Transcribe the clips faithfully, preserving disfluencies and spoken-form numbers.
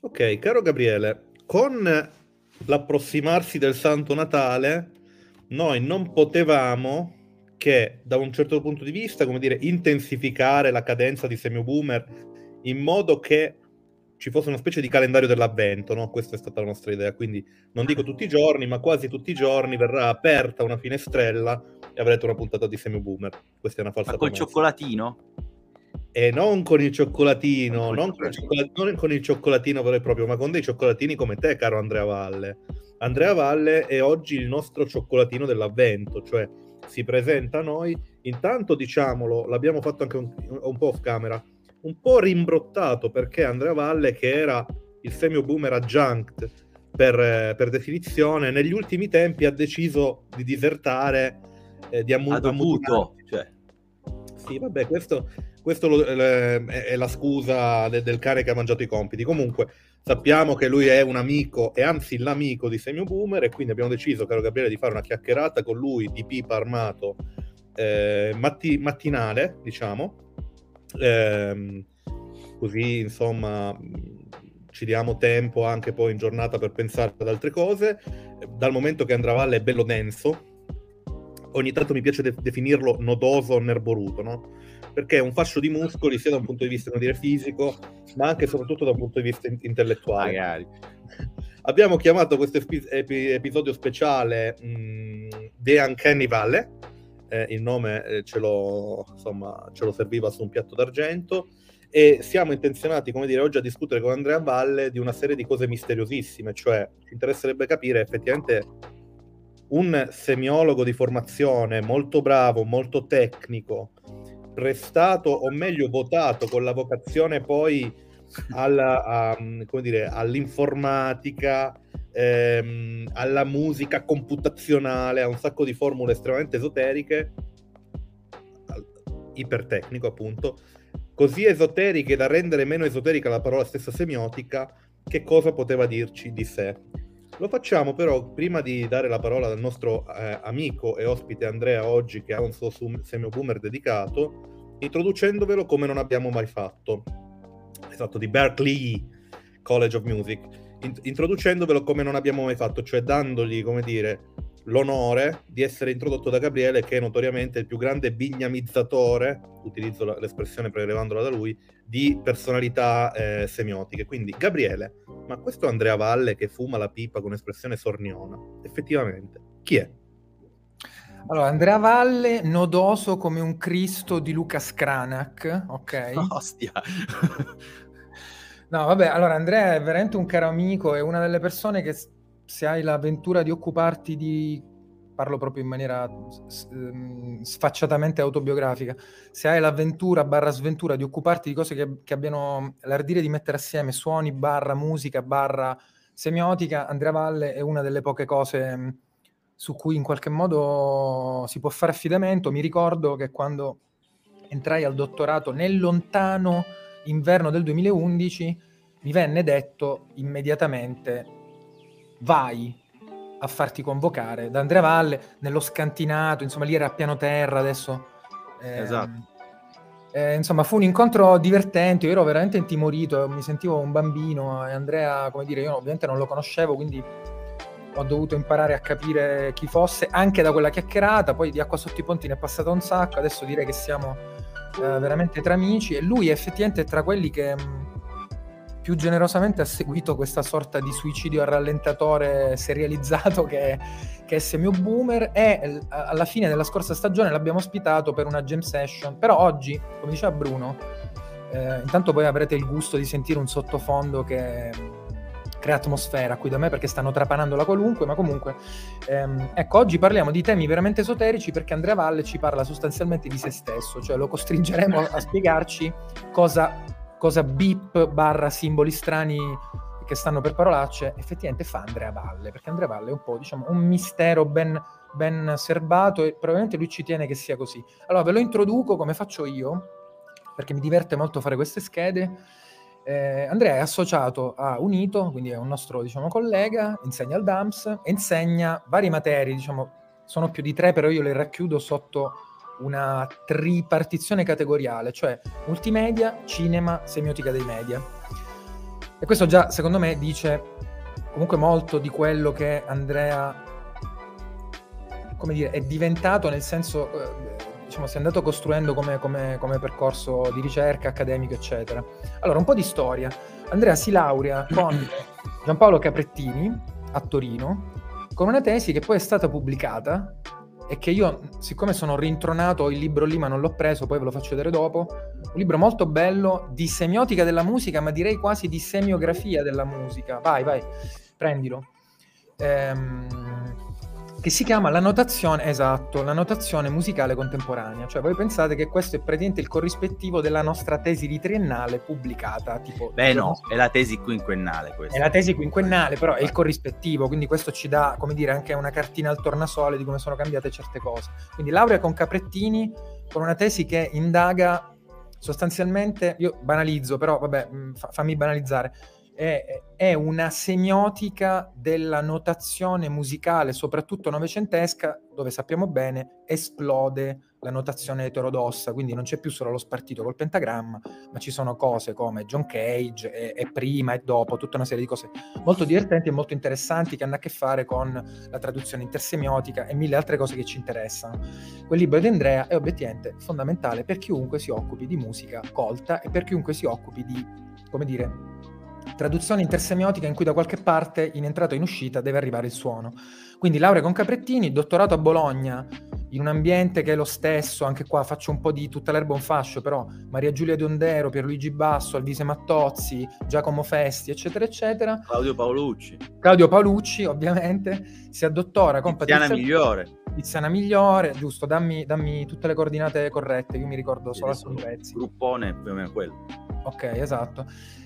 Ok, caro Gabriele, con l'approssimarsi del Santo Natale, noi non potevamo che, da un certo punto di vista, come dire, intensificare la cadenza di Semio Boomer in modo che ci fosse una specie di calendario dell'avvento, no? Questa è stata la nostra idea. Quindi non dico tutti i giorni, ma quasi tutti i giorni verrà aperta una finestrella e avrete una puntata di Semio Boomer. Questa è una falsa Ma col promessa. cioccolatino? E non con il cioccolatino, Col non con il cioccolatino. cioccolatino, non con il cioccolatino vero e proprio, ma con dei cioccolatini come te, caro Andrea Valle. Andrea Valle è oggi il nostro cioccolatino dell'avvento, cioè si presenta a noi, intanto diciamolo, l'abbiamo fatto anche un, un po' off camera, un po' rimbrottato, perché Andrea Valle, che era il Semio Boomer adjunct per, per definizione, negli ultimi tempi ha deciso di disertare, eh, di ammu- Ha dovuto, cioè. Sì, vabbè, questo, questo lo- le- è la scusa de- del cane che ha mangiato i compiti. Comunque, sappiamo che lui è un amico, e anzi l'amico di Semio Boomer, e quindi abbiamo deciso, caro Gabriele, di fare una chiacchierata con lui di pipa armato eh, matti- mattinale, diciamo. Ehm, così, insomma, mh, ci diamo tempo anche poi in giornata per pensare ad altre cose. Dal momento che Andrea Valle è bello denso, ogni tanto mi piace de- definirlo nodoso o nerboruto, no? Perché è un fascio di muscoli sia da un punto di vista, come dire, fisico, ma anche e soprattutto da un punto di vista in- intellettuale. Magari. Abbiamo chiamato questo epi- epi- episodio speciale mh, The Uncanny Valley. Eh, il nome eh, ce, lo, insomma, ce lo serviva su un piatto d'argento, e siamo intenzionati, come dire, oggi a discutere con Andrea Valle di una serie di cose misteriosissime, cioè ci interesserebbe capire effettivamente un semiologo di formazione molto bravo, molto tecnico, prestato o meglio votato con la vocazione poi alla, a, come dire, all'informatica, ehm, alla musica computazionale, a un sacco di formule estremamente esoteriche, ipertecnico appunto, così esoteriche da rendere meno esoterica la parola stessa semiotica. Che cosa poteva dirci di sé? Lo facciamo però, prima di dare la parola al nostro eh, amico e ospite Andrea oggi, che ha un suo Semio Boomer dedicato, introducendovelo come non abbiamo mai fatto. Esatto, di Berklee College of Music. In- introducendovelo come non abbiamo mai fatto, cioè dandogli, come dire, l'onore di essere introdotto da Gabriele, che è notoriamente il più grande bignamizzatore, utilizzo la, l'espressione prelevandola da lui, di personalità eh, semiotiche. Quindi, Gabriele, ma questo Andrea Valle che fuma la pipa con espressione sorniona, effettivamente, chi è? Allora, Andrea Valle, nodoso come un Cristo di Luca Scranac, ok? Ostia. No, vabbè, allora Andrea è veramente un caro amico, è una delle persone che se hai l'avventura di occuparti di, parlo proprio in maniera sfacciatamente autobiografica, se hai l'avventura barra sventura di occuparti di cose che, che abbiano l'ardire di mettere assieme suoni barra musica barra semiotica, Andrea Valle è una delle poche cose su cui in qualche modo si può fare affidamento. Mi ricordo che quando entrai al dottorato nel lontano inverno del duemilaundici mi venne detto immediatamente: vai a farti convocare da Andrea Valle nello scantinato, insomma lì era a piano terra, adesso ehm, Esatto. eh, insomma fu un incontro divertente, io ero veramente intimorito, mi sentivo un bambino e Andrea, come dire, io ovviamente non lo conoscevo, quindi ho dovuto imparare a capire chi fosse anche da quella chiacchierata. Poi di acqua sotto i ponti ne è passata un sacco, adesso direi che siamo eh, veramente tra amici, e lui è effettivamente tra quelli che mh, più generosamente ha seguito questa sorta di suicidio a rallentatore serializzato che, che è Semio Boomer, e l- alla fine della scorsa stagione l'abbiamo ospitato per una jam session. Però oggi, come diceva Bruno, eh, intanto poi avrete il gusto di sentire un sottofondo che crea atmosfera qui da me, perché stanno trapanando la qualunque, ma comunque ehm, ecco, oggi parliamo di temi veramente esoterici, perché Andrea Valle ci parla sostanzialmente di se stesso, cioè lo costringeremo a spiegarci cosa, cosa beep barra simboli strani che stanno per parolacce effettivamente fa Andrea Valle, perché Andrea Valle è un po', diciamo, un mistero ben, ben serbato, e probabilmente lui ci tiene che sia così. Allora ve lo introduco come faccio io, perché mi diverte molto fare queste schede. Eh, Andrea è associato a Unito, quindi è un nostro, diciamo, collega, insegna al D A M S, e insegna varie materie, diciamo, sono più di tre, però io le racchiudo sotto una tripartizione categoriale, cioè multimedia, cinema, semiotica dei media. E questo già, secondo me, dice comunque molto di quello che Andrea, come dire, è diventato, nel senso, eh, diciamo, si è andato costruendo come, come, come percorso di ricerca, accademico, eccetera. Allora, un po' di storia. Andrea si laurea con Giampaolo Caprettini a Torino, con una tesi che poi è stata pubblicata e che io, siccome sono rintronato, ho il libro lì ma non l'ho preso, poi ve lo faccio vedere dopo, un libro molto bello di semiotica della musica, ma direi quasi di semiografia della musica. Vai, vai, prendilo. Ehm, che si chiama la notazione, esatto, la notazione musicale contemporanea. Cioè voi pensate che questo è praticamente il corrispettivo della nostra tesi di triennale pubblicata, tipo... Beh no, è la tesi quinquennale questa. È la tesi quinquennale, però è il corrispettivo, quindi questo ci dà, come dire, anche una cartina al tornasole di come sono cambiate certe cose. Quindi laurea con Caprettini, con una tesi che indaga sostanzialmente, io banalizzo, però vabbè, fa, fammi banalizzare, È, è una semiotica della notazione musicale, soprattutto novecentesca, dove sappiamo bene esplode la notazione eterodossa, quindi non c'è più solo lo spartito col pentagramma, ma ci sono cose come John Cage e, e prima e dopo, tutta una serie di cose molto divertenti e molto interessanti che hanno a che fare con la traduzione intersemiotica e mille altre cose che ci interessano. Quel libro di Andrea è obiettivamente fondamentale per chiunque si occupi di musica colta e per chiunque si occupi di, come dire, traduzione intersemiotica in cui da qualche parte, in entrata o in uscita, deve arrivare il suono. Quindi laurea con Caprettini, dottorato a Bologna, in un ambiente che è lo stesso, anche qua faccio un po' di tutta l'erba un fascio, però Maria Giulia Dondero, Pierluigi Basso, Alvise Mattozzi, Giacomo Festi, eccetera, eccetera. Claudio Paolucci. Claudio Paolucci, ovviamente, si addottora con Tiziana Patrizia Migliore. Tiziana Migliore, giusto, dammi, dammi tutte le coordinate corrette, io mi ricordo solo alcuni pezzi. Gruppone più o meno quello. Ok, esatto.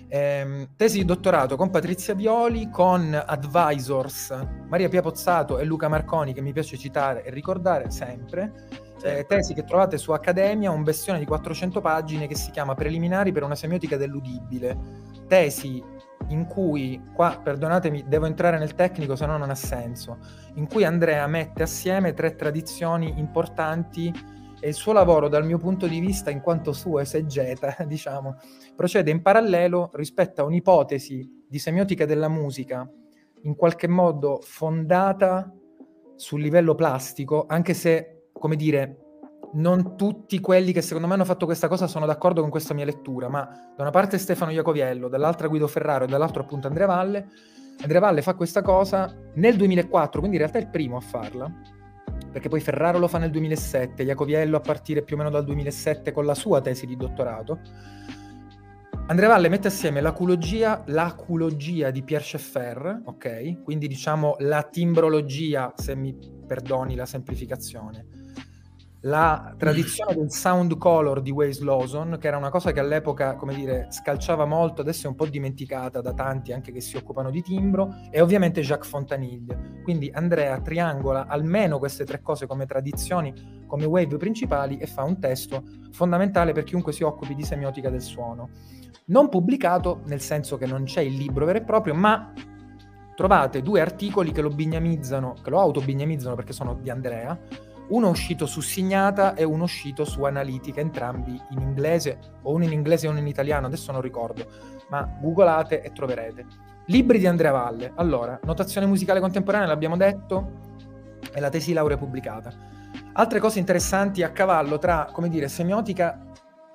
Eh, tesi di dottorato con Patrizia Violi, con advisors Maria Pia Pozzato e Luca Marconi, che mi piace citare e ricordare sempre. Eh, tesi che trovate su Accademia, un bestione di quattrocento pagine che si chiama Preliminari per una semiotica dell'udibile. Tesi in cui, qua perdonatemi, devo entrare nel tecnico, se no non ha senso, in cui Andrea mette assieme tre tradizioni importanti e il suo lavoro, dal mio punto di vista, in quanto suo esegeta, diciamo, procede in parallelo rispetto a un'ipotesi di semiotica della musica in qualche modo fondata sul livello plastico, anche se, come dire, non tutti quelli che secondo me hanno fatto questa cosa sono d'accordo con questa mia lettura, ma da una parte Stefano Iacoviello, dall'altra Guido Ferraro e dall'altro appunto Andrea Valle. Andrea Valle fa questa cosa nel duemilaquattro, quindi in realtà è il primo a farla, perché poi Ferraro lo fa nel duemilasette, Iacoviello a partire più o meno dal duemilasette con la sua tesi di dottorato. Andrea Valle mette assieme l'aculogia, l'aculogia di Pierre Schaeffer, ok? Quindi diciamo la timbrologia, se mi perdoni la semplificazione, la tradizione del sound color di Wes Lawson, che era una cosa che all'epoca, come dire, scalciava molto, adesso è un po' dimenticata da tanti anche che si occupano di timbro, e ovviamente Jacques Fontanille. Quindi Andrea triangola almeno queste tre cose come tradizioni, come wave principali, e fa un testo fondamentale per chiunque si occupi di semiotica del suono. Non pubblicato, nel senso che non c'è il libro vero e proprio, ma trovate due articoli che lo bignamizzano, che lo autobignamizzano perché sono di Andrea, uno uscito su Signata e uno uscito su Analitica, entrambi in inglese, o uno in inglese e uno in italiano, adesso non ricordo, ma googolate e troverete. Libri di Andrea Valle. Allora, notazione musicale contemporanea, l'abbiamo detto, è la tesi laurea pubblicata. Altre cose interessanti a cavallo tra, come dire, semiotica,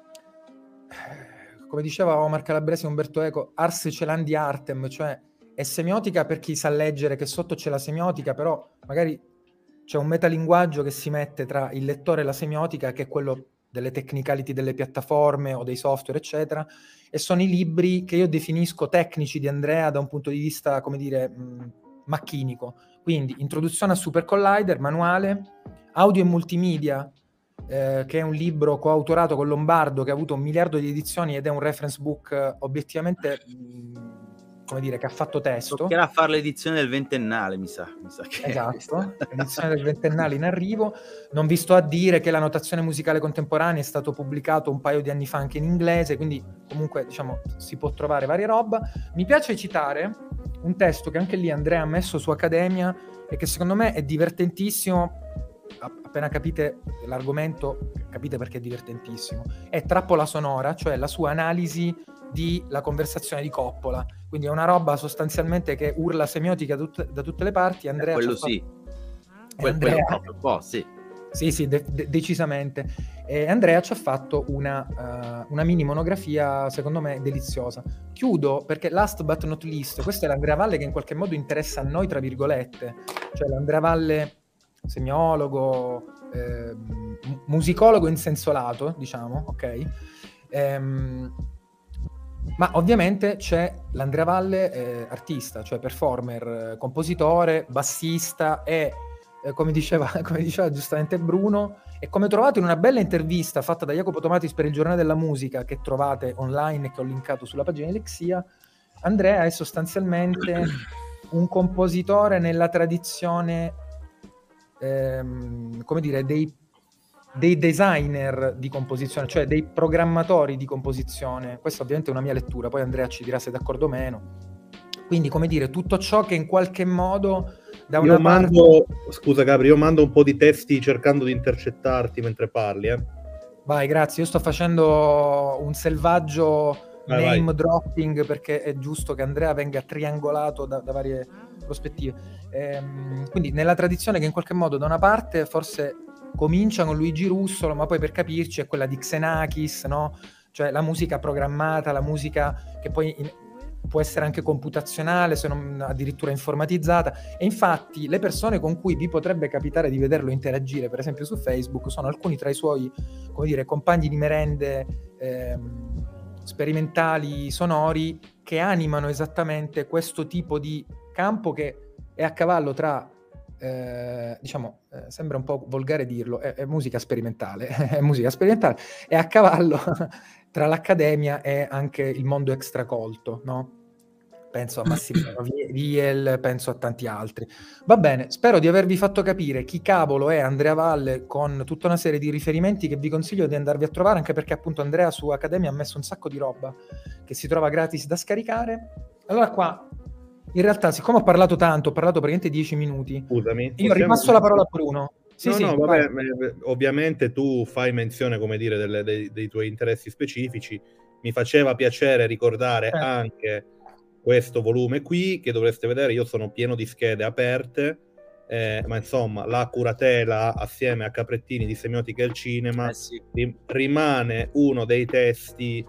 come diceva Omar Calabrese e Umberto Eco, ars celandi artem, cioè è semiotica per chi sa leggere, che sotto c'è la semiotica, però magari c'è un metalinguaggio che si mette tra il lettore e la semiotica, che è quello delle technicality delle piattaforme o dei software, eccetera, e sono i libri che io definisco tecnici di Andrea da un punto di vista, come dire, mh, macchinico. Quindi Introduzione a Super Collider, manuale, Audio e Multimedia, eh, che è un libro coautorato con Lombardo, che ha avuto un miliardo di edizioni ed è un reference book eh, obiettivamente... Mh, come dire, che ha fatto testo. Toccherà fare l'edizione del ventennale, mi sa. Mi sa che esatto, l'edizione del ventennale in arrivo. Non vi sto a dire che la notazione musicale contemporanea è stato pubblicato un paio di anni fa anche in inglese, quindi comunque diciamo si può trovare varia roba. Mi piace citare un testo che anche lì Andrea ha messo su Accademia e che secondo me è divertentissimo. Appena capite l'argomento capite perché è divertentissimo. È Trappola sonora, cioè la sua analisi di La conversazione di Coppola, quindi è una roba sostanzialmente che urla semiotica tut- da tutte le parti. Andrea Eh, quello ci ha sì, fatto... Que- Andrea... quello proprio un po', sì. Sì, sì, de- de- decisamente. E Andrea ci ha fatto una, uh, una mini monografia, secondo me, deliziosa. Chiudo perché, last but not least, questo è l'Andrea Valle che in qualche modo interessa a noi, tra virgolette, cioè l'Andrea Valle semiologo, eh, musicologo in senso lato, diciamo, ok? Ehm, ma ovviamente c'è l'Andrea Valle eh, artista, cioè performer, compositore, bassista e Eh, come diceva, come diceva giustamente Bruno, e come trovate in una bella intervista fatta da Jacopo Tomatis per il Giornale della Musica, che trovate online e che ho linkato sulla pagina di Lexia, Andrea è sostanzialmente un compositore nella tradizione, ehm, come dire, dei, dei designer di composizione, cioè dei programmatori di composizione. Questa ovviamente è una mia lettura, poi Andrea ci dirà se è d'accordo o meno. Quindi, come dire, tutto ciò che in qualche modo da una io parte... mando, scusa Gabri, io mando un po' di testi cercando di intercettarti mentre parli, eh. Vai, grazie. Io sto facendo un selvaggio vai, name vai. dropping perché è giusto che Andrea venga triangolato da, da varie prospettive. Ehm, quindi nella tradizione che in qualche modo da una parte forse comincia con Luigi Russolo, ma poi per capirci è quella di Xenakis, no? Cioè la musica programmata, la musica che poi in, può essere anche computazionale, se non addirittura informatizzata, e infatti le persone con cui vi potrebbe capitare di vederlo interagire, per esempio su Facebook, sono alcuni tra i suoi, come dire, compagni di merende ehm, sperimentali sonori che animano esattamente questo tipo di campo che è a cavallo tra eh, diciamo, eh, sembra un po' volgare dirlo, è, è musica sperimentale, è musica sperimentale, è a cavallo tra l'accademia e anche il mondo extracolto, no? Penso a Massimiliano Viel, penso a tanti altri. Va bene, spero di avervi fatto capire chi cavolo è Andrea Valle, con tutta una serie di riferimenti che vi consiglio di andarvi a trovare, anche perché appunto Andrea su Accademia ha messo un sacco di roba che si trova gratis da scaricare. Allora qua, in realtà, siccome ho parlato tanto, ho parlato praticamente dieci minuti, Scusami, io possiamo... ripasso la parola a Bruno. Sì, no, sì, no, vabbè, vai. ovviamente tu fai menzione, come dire, delle, dei, dei tuoi interessi specifici. Mi faceva piacere ricordare certo. anche questo volume qui, che dovreste vedere. Io sono pieno di schede aperte, eh, ma insomma, la curatela assieme a Caprettini di Semiotica e il Cinema Eh sì. rimane uno dei testi,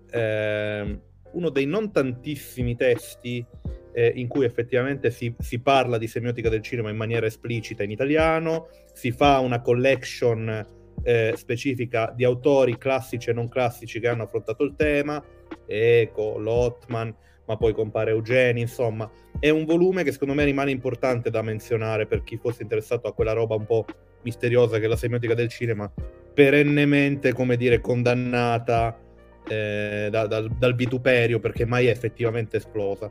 eh, uno dei non tantissimi testi Eh, in cui effettivamente si, si parla di semiotica del cinema in maniera esplicita in italiano, si fa una collection eh, specifica di autori classici e non classici che hanno affrontato il tema, Eco, Lotman, ma poi compare Eugeni, insomma è un volume che secondo me rimane importante da menzionare per chi fosse interessato a quella roba un po' misteriosa che è la semiotica del cinema, perennemente, come dire, condannata Eh, da, da, dal vituperio, perché mai è effettivamente esplosa,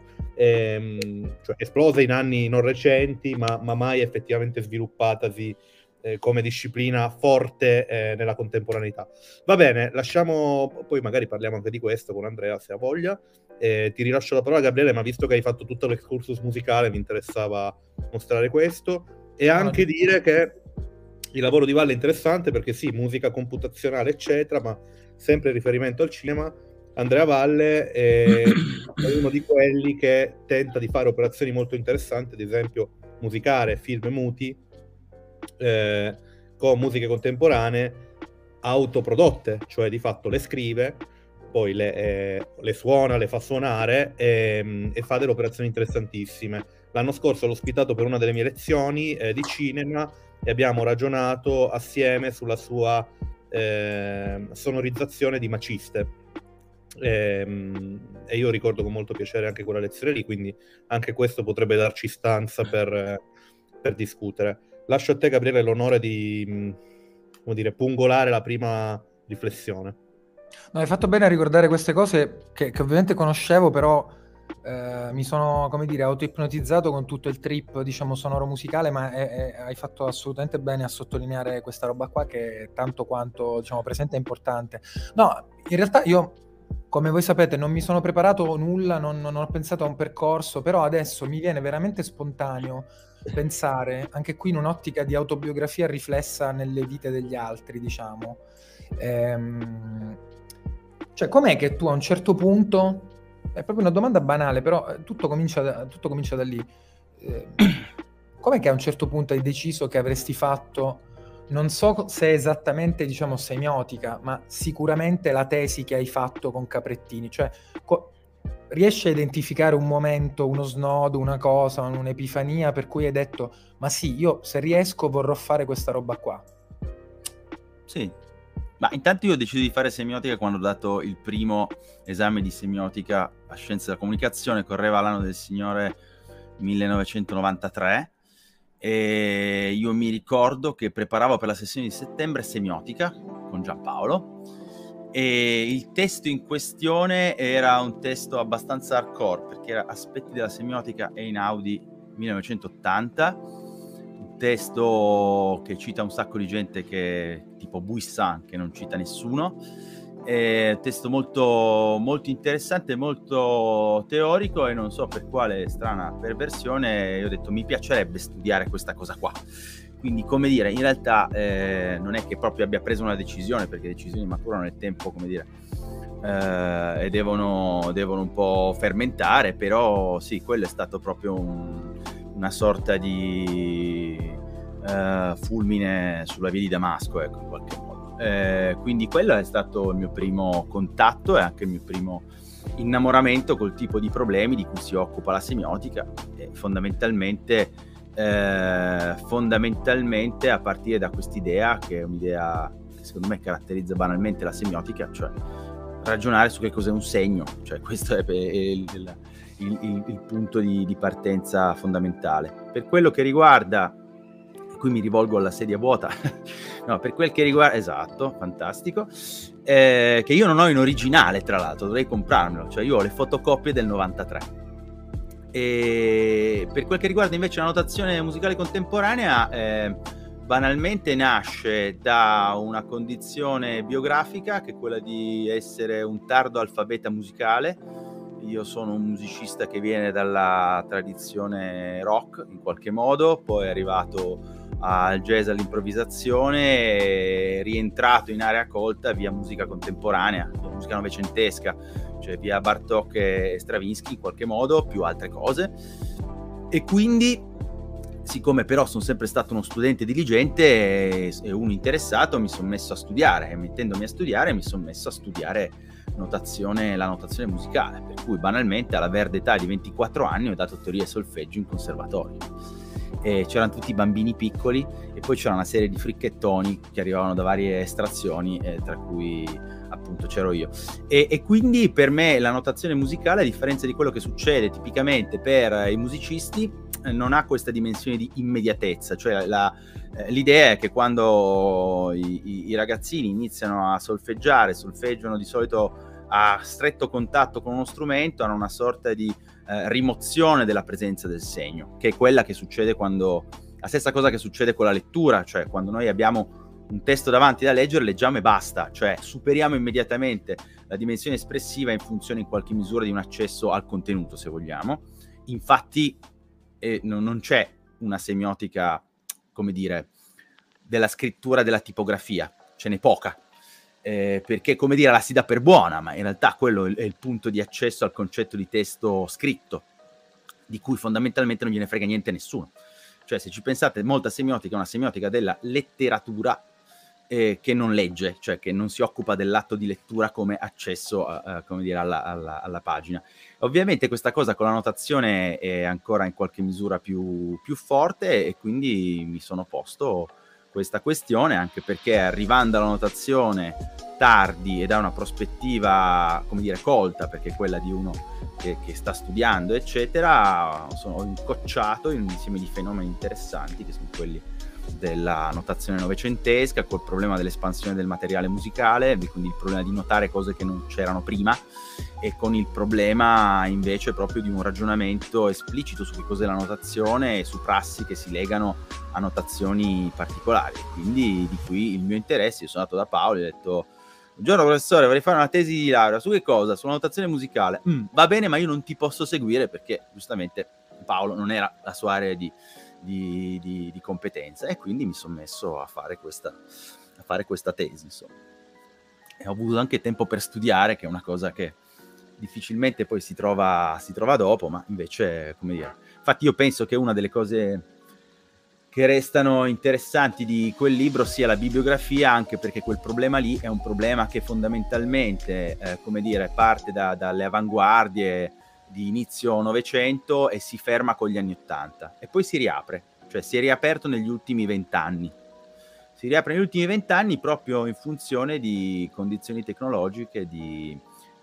ehm, cioè esplosa in anni non recenti, ma, ma mai effettivamente sviluppatasi eh, come disciplina forte eh, nella contemporaneità. Va bene, lasciamo, poi magari parliamo anche di questo con Andrea se ha voglia. Eh, ti rilascio la parola, Gabriele, ma visto che hai fatto tutto l'excursus musicale mi interessava mostrare questo e anche no, dire che il lavoro di Valle è interessante perché sì, musica computazionale eccetera, ma sempre in riferimento al cinema. Andrea Valle è, è uno di quelli che tenta di fare operazioni molto interessanti, ad esempio musicare film muti eh, con musiche contemporanee autoprodotte, cioè di fatto le scrive, poi le, eh, le suona, le fa suonare e, e fa delle operazioni interessantissime. L'anno scorso l'ho ospitato per una delle mie lezioni eh, di cinema e abbiamo ragionato assieme sulla sua eh, sonorizzazione di Maciste. E, e io ricordo con molto piacere anche quella lezione lì, quindi anche questo potrebbe darci stanza per, per discutere. Lascio a te, Gabriele, l'onore di, come dire, pungolare la prima riflessione. No, hai fatto bene a ricordare queste cose che, che ovviamente conoscevo, però eh, mi sono, come dire, auto-ipnotizzato con tutto il trip, diciamo, sonoro-musicale, ma è, è, hai fatto assolutamente bene a sottolineare questa roba qua che è tanto quanto, diciamo, presente e importante. No, in realtà io, come voi sapete, non mi sono preparato nulla, non, non ho pensato a un percorso, però adesso mi viene veramente spontaneo pensare, anche qui in un'ottica di autobiografia riflessa nelle vite degli altri, diciamo, ehm, Cioè, com'è che tu a un certo punto, è proprio una domanda banale, però eh, tutto comincia da, tutto comincia da lì. Eh, com'è che a un certo punto hai deciso che avresti fatto, non so se è esattamente, diciamo, semiotica, ma sicuramente la tesi che hai fatto con Caprettini? Cioè, co- riesci a identificare un momento, uno snodo, una cosa, un'epifania per cui hai detto, ma sì, io se riesco vorrò fare questa roba qua? Sì, ma intanto io ho deciso di fare semiotica quando ho dato il primo esame di semiotica a Scienze della Comunicazione, correva l'anno del Signore millenovecentonovantatré, e io mi ricordo che preparavo per la sessione di settembre semiotica con Giampaolo, e il testo in questione era un testo abbastanza hardcore, perché era Aspetti della semiotica Einaudi millenovecentottanta, un testo che cita un sacco di gente, che tipo Buisson, che non cita nessuno. È un testo molto, molto interessante, molto teorico, e non so per quale strana perversione io ho detto mi piacerebbe studiare questa cosa qua. Quindi, come dire, in realtà eh, non è che proprio abbia preso una decisione, perché le decisioni maturano nel tempo, come dire, eh, e devono, devono un po' fermentare, però sì, quello è stato proprio un, una sorta di eh, fulmine sulla via di Damasco, ecco, in qualche modo. Eh, quindi quello è stato il mio primo contatto e anche il mio primo innamoramento col tipo di problemi di cui si occupa la semiotica, e fondamentalmente eh, fondamentalmente a partire da quest'idea, che è un'idea che secondo me caratterizza banalmente la semiotica, cioè ragionare su che cos'è un segno, cioè questo è il, il, il, il punto di, di partenza fondamentale. Per quello che riguarda, qui mi rivolgo alla sedia vuota, no, per quel che riguarda, esatto, fantastico, eh, che io non ho in originale, tra l'altro, dovrei comprarmelo, cioè io ho le fotocopie del novantatré. E per quel che riguarda invece la notazione musicale contemporanea, eh, banalmente nasce da una condizione biografica, che è quella di essere un tardo alfabeta musicale. Io sono un musicista che viene dalla tradizione rock in qualche modo, poi è arrivato al jazz, all'improvvisazione, è rientrato in area colta via musica contemporanea, via musica novecentesca, cioè via Bartók e Stravinsky in qualche modo, più altre cose. E quindi, siccome però sono sempre stato uno studente diligente e uno interessato, mi sono messo a studiare, e mettendomi a studiare mi sono messo a studiare notazione, la notazione musicale, per cui banalmente alla verde età di ventiquattro anni ho dato teoria e solfeggio in conservatorio. E c'erano tutti i bambini piccoli, e poi c'era una serie di fricchettoni che arrivavano da varie estrazioni, eh, tra cui appunto c'ero io, e, e quindi per me la notazione musicale, a differenza di quello che succede tipicamente per i musicisti, eh, non ha questa dimensione di immediatezza, cioè la, eh, l'idea è che quando i, i, i ragazzini iniziano a solfeggiare, solfeggiano di solito a stretto contatto con uno strumento, hanno una sorta di eh, rimozione della presenza del segno, che è quella che succede quando, la stessa cosa che succede con la lettura, cioè quando noi abbiamo un testo davanti da leggere, leggiamo e basta, cioè superiamo immediatamente la dimensione espressiva in funzione in qualche misura di un accesso al contenuto, se vogliamo. Infatti eh, non, non c'è una semiotica, come dire, della scrittura, della tipografia, ce n'è poca. Eh, perché, come dire, la si dà per buona, ma in realtà quello è il punto di accesso al concetto di testo scritto, di cui fondamentalmente non gliene frega niente a nessuno. Cioè, se ci pensate, molta semiotica è una semiotica della letteratura eh, che non legge, cioè che non si occupa dell'atto di lettura come accesso a, a, come dire, alla, alla, alla pagina. Ovviamente questa cosa con la notazione è ancora in qualche misura più, più forte, e quindi mi sono posto questa questione, anche perché arrivando alla notazione tardi e da una prospettiva, come dire, colta, perché è quella di uno che, che sta studiando, eccetera, sono, ho incocciato in un insieme di fenomeni interessanti, che sono quelli della notazione novecentesca, col problema dell'espansione del materiale musicale, quindi il problema di notare cose che non c'erano prima, e con il problema invece proprio di un ragionamento esplicito su che cos'è la notazione e su prassi che si legano a notazioni particolari. Quindi di qui il mio interesse. Io sono andato da Paolo e ho detto: buongiorno professore, vorrei fare una tesi di laurea, su che cosa? Sulla notazione musicale. Mm, va bene, ma io non ti posso seguire, perché giustamente Paolo non era la sua area di Di, di, di competenza, e quindi mi sono messo a fare questa a fare questa tesi, insomma. e ho avuto anche tempo per studiare, che è una cosa che difficilmente poi si trova, si trova dopo, ma invece, come dire, infatti io penso che una delle cose che restano interessanti di quel libro sia la bibliografia, anche perché quel problema lì è un problema che fondamentalmente, eh, come dire, parte da, dalle avanguardie di inizio Novecento e si ferma con gli anni Ottanta e poi si riapre, cioè si è riaperto negli ultimi vent'anni. Si riapre negli ultimi vent'anni proprio in funzione di condizioni tecnologiche, di,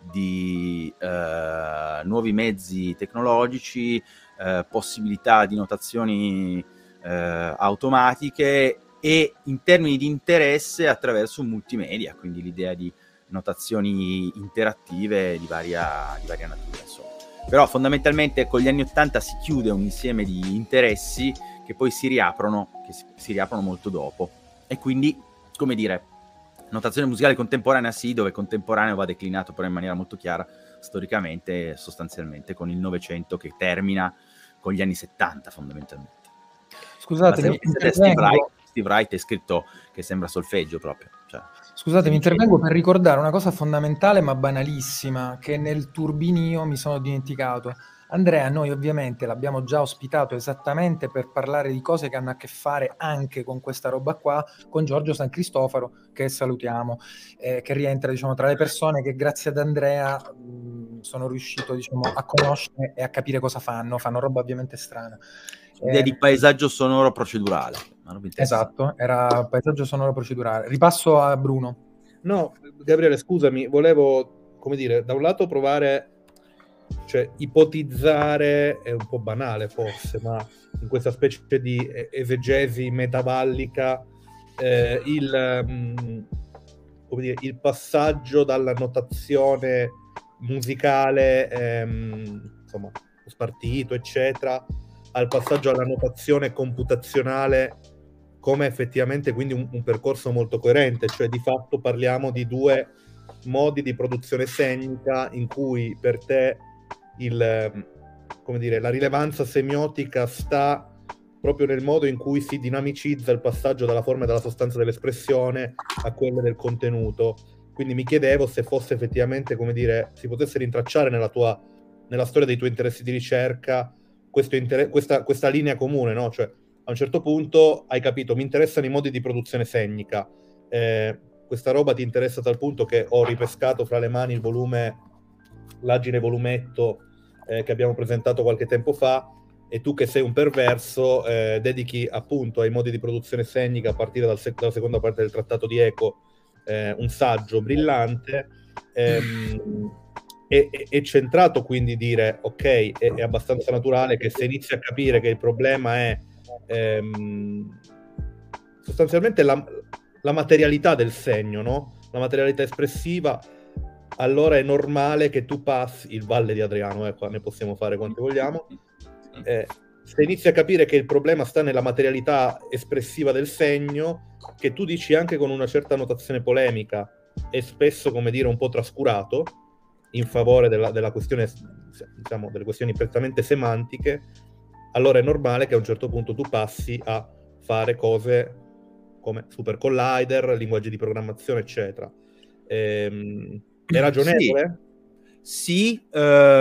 di eh, nuovi mezzi tecnologici, eh, possibilità di notazioni eh, automatiche e in termini di interesse attraverso un multimedia, quindi l'idea di notazioni interattive di varia, di varia natura, insomma. Però fondamentalmente con gli anni Ottanta si chiude un insieme di interessi che poi si riaprono, che si, si riaprono molto dopo. E quindi, come dire, notazione musicale contemporanea sì, dove contemporaneo va declinato però in maniera molto chiara, storicamente, sostanzialmente, con il Novecento che termina con gli anni settanta, fondamentalmente. Scusatemi, Steve Wright, Steve Wright è scritto che sembra solfeggio proprio. Cioè, Scusatemi, intervengo per ricordare una cosa fondamentale ma banalissima che nel turbinio mi sono dimenticato. Andrea, noi ovviamente l'abbiamo già ospitato esattamente per parlare di cose che hanno a che fare anche con questa roba qua, con Giorgio San Cristofaro, che salutiamo, eh, che rientra, diciamo, tra le persone che grazie ad Andrea mh, sono riuscito, diciamo, a conoscere e a capire cosa fanno. Fanno roba ovviamente strana. Idea Eh, di paesaggio sonoro procedurale. Esatto, era paesaggio sonoro procedurale. Ripasso a Bruno. No, Gabriele, scusami, volevo, come dire, da un lato provare, cioè ipotizzare, è un po' banale forse, ma in questa specie di esegesi metavallica, eh, il, mh, come dire, il passaggio dalla notazione musicale, ehm, insomma, spartito, eccetera, al passaggio alla notazione computazionale come effettivamente quindi un, un percorso molto coerente, cioè di fatto parliamo di due modi di produzione segnica in cui per te il, come dire, la rilevanza semiotica sta proprio nel modo in cui si dinamicizza il passaggio dalla forma e dalla sostanza dell'espressione a quelle del contenuto. Quindi mi chiedevo se fosse effettivamente, come dire, si potesse rintracciare nella tua, nella storia dei tuoi interessi di ricerca questo inter- questa, questa linea comune, no? Cioè, a un certo punto hai capito, mi interessano i modi di produzione segnica. Eh, questa roba ti interessa a tal punto che ho ripescato fra le mani il volume, l'agile volumetto eh, che abbiamo presentato qualche tempo fa, e tu che sei un perverso eh, dedichi appunto ai modi di produzione segnica a partire dal sec- dalla seconda parte del trattato di Eco eh, un saggio brillante. Ehm, è, è, è centrato quindi dire ok, è, è abbastanza naturale che se inizi a capire che il problema è ehm, sostanzialmente la, la materialità del segno, no? La materialità espressiva, allora è normale che tu passi il Valle di Adriano, ecco, ne possiamo fare quante vogliamo. Eh, se inizi a capire che il problema sta nella materialità espressiva del segno, che tu dici anche con una certa notazione polemica e spesso, come dire, un po' trascurato in favore della, della questione, diciamo, delle questioni prettamente semantiche, allora è normale che a un certo punto tu passi a fare cose come super collider, linguaggi di programmazione, eccetera. Ehm, è ragionevole? Sì, sì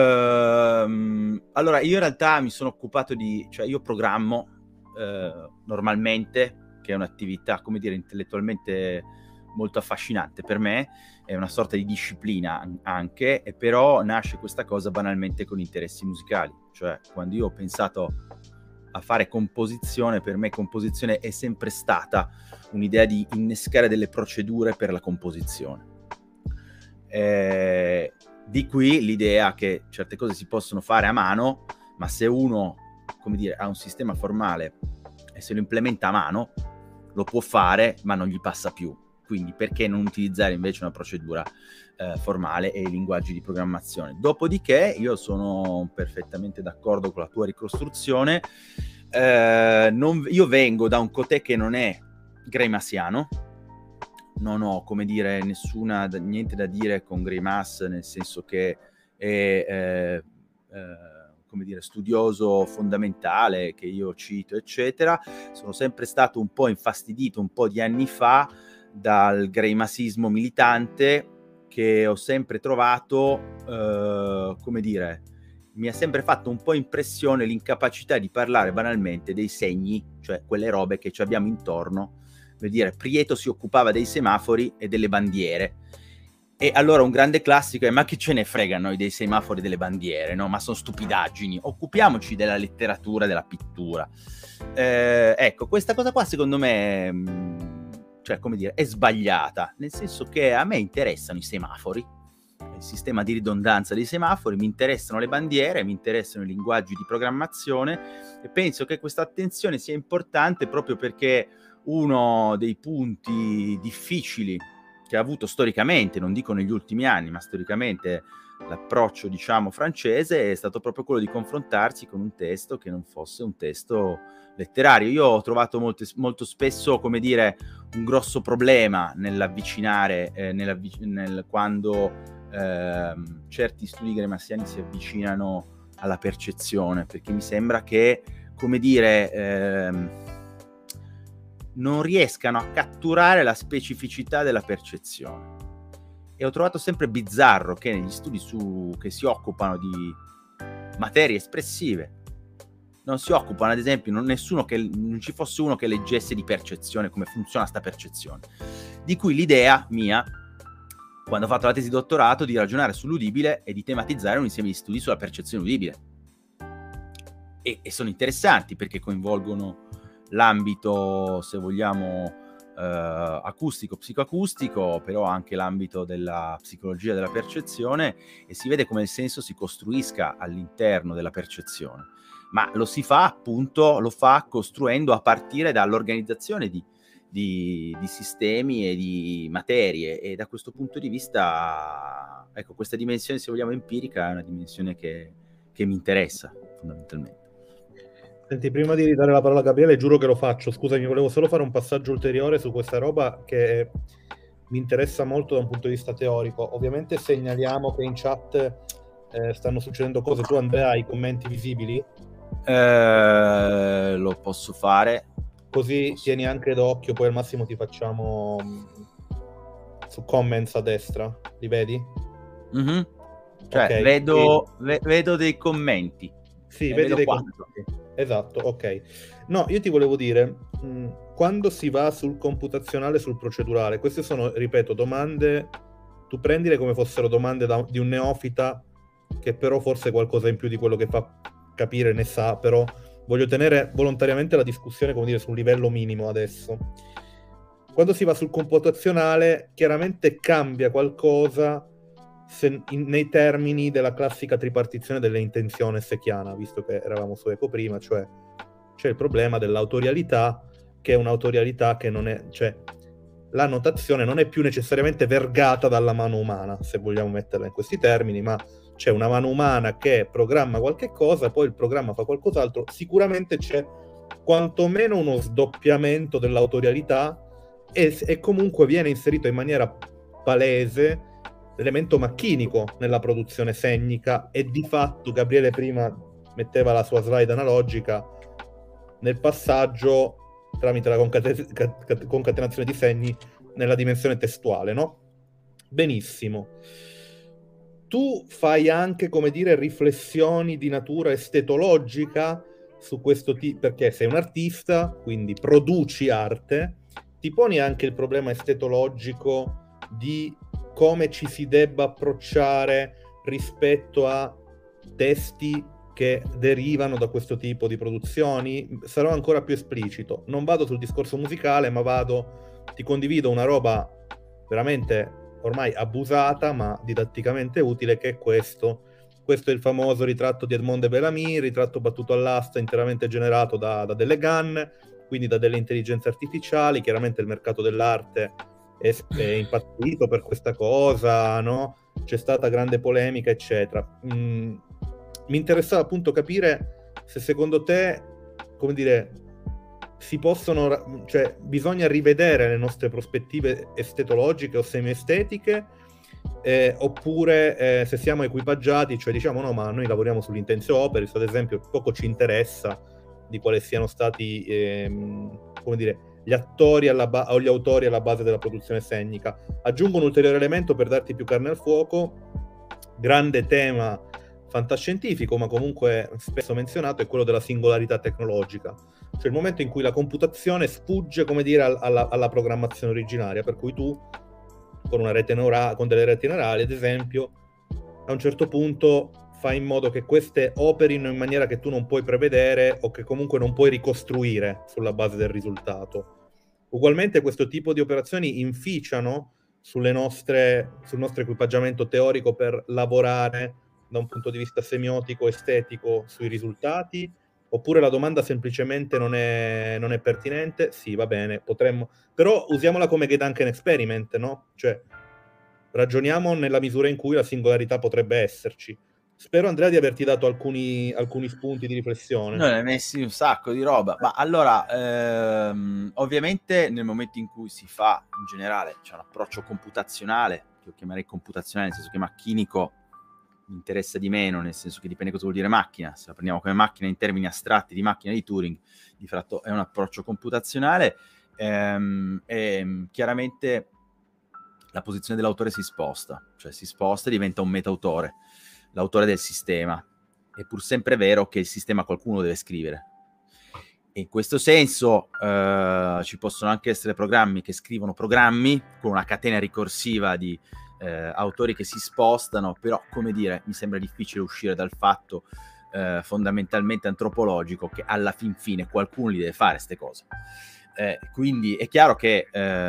ehm, allora io in realtà mi sono occupato di, cioè io programmo eh, normalmente, che è un'attività, come dire, intellettualmente molto affascinante per me, è una sorta di disciplina anche, e però nasce questa cosa banalmente con interessi musicali, cioè quando io ho pensato a fare composizione, per me composizione è sempre stata un'idea di innescare delle procedure per la composizione. Eh, di qui l'idea che certe cose si possono fare a mano, ma se uno, come dire, ha un sistema formale e se lo implementa a mano, lo può fare, ma non gli passa più. Quindi perché non utilizzare invece una procedura eh, formale e i linguaggi di programmazione? Dopodiché io sono perfettamente d'accordo con la tua ricostruzione. Eh, non, io vengo da un cotè che non è greimassiano, non ho, come dire, nessuna, niente da dire con Greimas, nel senso che è eh, eh, come dire, studioso fondamentale, che io cito, eccetera. Sono sempre stato un po' infastidito un po' di anni fa dal greimasismo militante, che ho sempre trovato, eh, come dire, mi ha sempre fatto un po' impressione l'incapacità di parlare banalmente dei segni, cioè quelle robe che ci abbiamo intorno. Per dire, Prieto si occupava dei semafori e delle bandiere. E allora un grande classico è: ma che ce ne frega noi dei semafori e delle bandiere, no? Ma sono stupidaggini, occupiamoci della letteratura, della pittura. Eh, ecco, questa cosa qua secondo me, mh, cioè, come dire, è sbagliata, nel senso che a me interessano i semafori, il sistema di ridondanza dei semafori, mi interessano le bandiere, mi interessano i linguaggi di programmazione, e penso che questa attenzione sia importante proprio perché uno dei punti difficili che ha avuto storicamente, non dico negli ultimi anni, ma storicamente, l'approccio, diciamo, francese è stato proprio quello di confrontarsi con un testo che non fosse un testo letterario. Io ho trovato molto, molto spesso, come dire, un grosso problema nell'avvicinare, eh, nell'avvic- nel, quando eh, certi studi greimassiani si avvicinano alla percezione, perché mi sembra che, come dire, eh, non riescano a catturare la specificità della percezione. E ho trovato sempre bizzarro che negli studi su, che si occupano di materie espressive non si occupano, ad esempio, non, nessuno che, non ci fosse uno che leggesse di percezione, come funziona sta percezione, di cui l'idea mia, quando ho fatto la tesi di dottorato, di ragionare sull'udibile e di tematizzare un insieme di studi sulla percezione udibile. E, e sono interessanti perché coinvolgono l'ambito, se vogliamo, eh, acustico, psicoacustico, però anche l'ambito della psicologia della percezione, e si vede come il senso si costruisca all'interno della percezione, ma lo si fa appunto, lo fa costruendo a partire dall'organizzazione di, di, di sistemi e di materie, e da questo punto di vista, ecco, questa dimensione, se vogliamo, empirica, è una dimensione che, che mi interessa fondamentalmente. Senti, prima di ridare la parola a Gabriele, giuro che lo faccio, scusami, volevo solo fare un passaggio ulteriore su questa roba che mi interessa molto da un punto di vista teorico. Ovviamente segnaliamo che in chat eh, stanno succedendo cose. Tu, Andrea, hai commenti visibili? Eh, lo posso fare. Così posso. Tieni anche d'occhio, poi al massimo ti facciamo su comments a destra, li vedi? Mm-hmm. Cioè, okay. vedo, e... ve- vedo dei commenti. Sì, ne vedi dei quattro. commenti. Esatto, ok. No, io ti volevo dire, mh, quando si va sul computazionale, sul procedurale, queste sono, ripeto, domande, tu prendile come fossero domande da, di un neofita, che però forse qualcosa in più di quello che fa capire ne sa, però voglio tenere volontariamente la discussione, come dire, sul livello minimo adesso. Quando si va sul computazionale, chiaramente cambia qualcosa se, in, nei termini della classica tripartizione delle intenzioni secchiana, visto che eravamo su Eco prima, cioè c'è il problema dell'autorialità, che è un'autorialità che non è, cioè la notazione non è più necessariamente vergata dalla mano umana, se vogliamo metterla in questi termini, ma c'è una mano umana che programma qualche cosa, poi il programma fa qualcos'altro. Sicuramente c'è quantomeno uno sdoppiamento dell'autorialità, e, e comunque viene inserito in maniera palese l'elemento macchinico nella produzione segnica, e di fatto Gabriele prima metteva la sua slide analogica nel passaggio tramite la concate- concatenazione di segni nella dimensione testuale, no? Benissimo. Tu fai anche, come dire, riflessioni di natura estetologica su questo tipo, perché sei un artista, quindi produci arte, ti poni anche il problema estetologico di come ci si debba approcciare rispetto a testi che derivano da questo tipo di produzioni. Sarò ancora più esplicito, non vado sul discorso musicale, ma vado, ti condivido una roba veramente ormai abusata ma didatticamente utile, che è questo. Questo è il famoso ritratto di Edmond de Bellamy, ritratto battuto all'asta, interamente generato da, da delle G A N, quindi da delle intelligenze artificiali. Chiaramente il mercato dell'arte è, è impazzito per questa cosa, no? C'è stata grande polemica, eccetera. Mm, mi interessava appunto capire se secondo te, come dire, si possono, cioè bisogna rivedere le nostre prospettive estetologiche o semiestetiche, eh, oppure eh, se siamo equipaggiati, cioè diciamo no, ma noi lavoriamo sull'intensio operis, ad esempio, poco ci interessa di quali siano stati, ehm, come dire, gli attori alla ba- o gli autori alla base della produzione scenica. Aggiungo un ulteriore elemento per darti più carne al fuoco: grande tema fantascientifico, ma comunque spesso menzionato, è quello della singolarità tecnologica, cioè il momento in cui la computazione sfugge, come dire, alla, alla programmazione originaria, per cui tu con una rete neurale, con delle reti neurali, ad esempio, a un certo punto fai in modo che queste operino in maniera che tu non puoi prevedere o che comunque non puoi ricostruire sulla base del risultato. Ugualmente questo tipo di operazioni inficiano sulle nostre, sul nostro equipaggiamento teorico per lavorare da un punto di vista semiotico, estetico, sui risultati, oppure la domanda semplicemente non è, non è pertinente? Sì, va bene, potremmo... Però usiamola come Gedanken Experiment, no? Cioè, ragioniamo nella misura in cui la singolarità potrebbe esserci. Spero, Andrea, di averti dato alcuni, alcuni spunti di riflessione. Noi ne hai messi un sacco di roba, ma allora, ehm, ovviamente nel momento in cui si fa, in generale, c'è un approccio computazionale, che io chiamerei computazionale, nel senso che macchinico mi interessa di meno, nel senso che dipende cosa vuol dire macchina. Se la prendiamo come macchina in termini astratti di macchina di Turing, di fatto è un approccio computazionale, ehm, e chiaramente la posizione dell'autore si sposta, cioè si sposta e diventa un meta-autore, l'autore del sistema. È pur sempre vero che il sistema qualcuno deve scrivere. E in questo senso eh, ci possono anche essere programmi che scrivono programmi con una catena ricorsiva di eh, autori che si spostano, però, come dire, mi sembra difficile uscire dal fatto eh, fondamentalmente antropologico che alla fin fine qualcuno li deve fare queste cose. Eh, quindi è chiaro che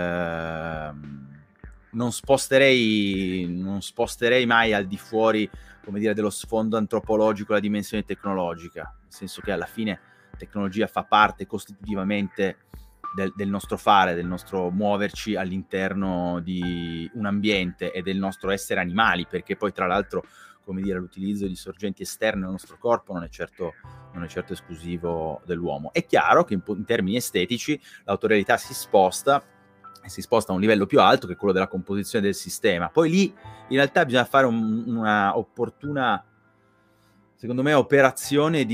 eh, non sposterei, non sposterei mai al di fuori, come dire, dello sfondo antropologico la dimensione tecnologica, nel senso che alla fine tecnologia fa parte costitutivamente del, del nostro fare, del nostro muoverci all'interno di un ambiente e del nostro essere animali, perché poi tra l'altro, come dire, l'utilizzo di sorgenti esterne al nostro corpo non è certo, non è certo esclusivo dell'uomo. È chiaro che in, in termini estetici l'autorialità si sposta, e si sposta a un livello più alto che è quello della composizione del sistema. Poi lì in realtà bisogna fare un, una opportuna, secondo me, operazione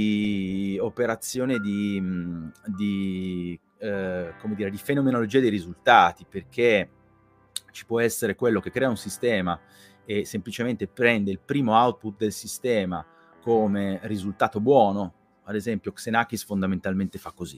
di operazione di, di eh, come dire, di fenomenologia dei risultati, perché ci può essere quello che crea un sistema e semplicemente prende il primo output del sistema come risultato buono. Ad esempio Xenakis fondamentalmente fa così,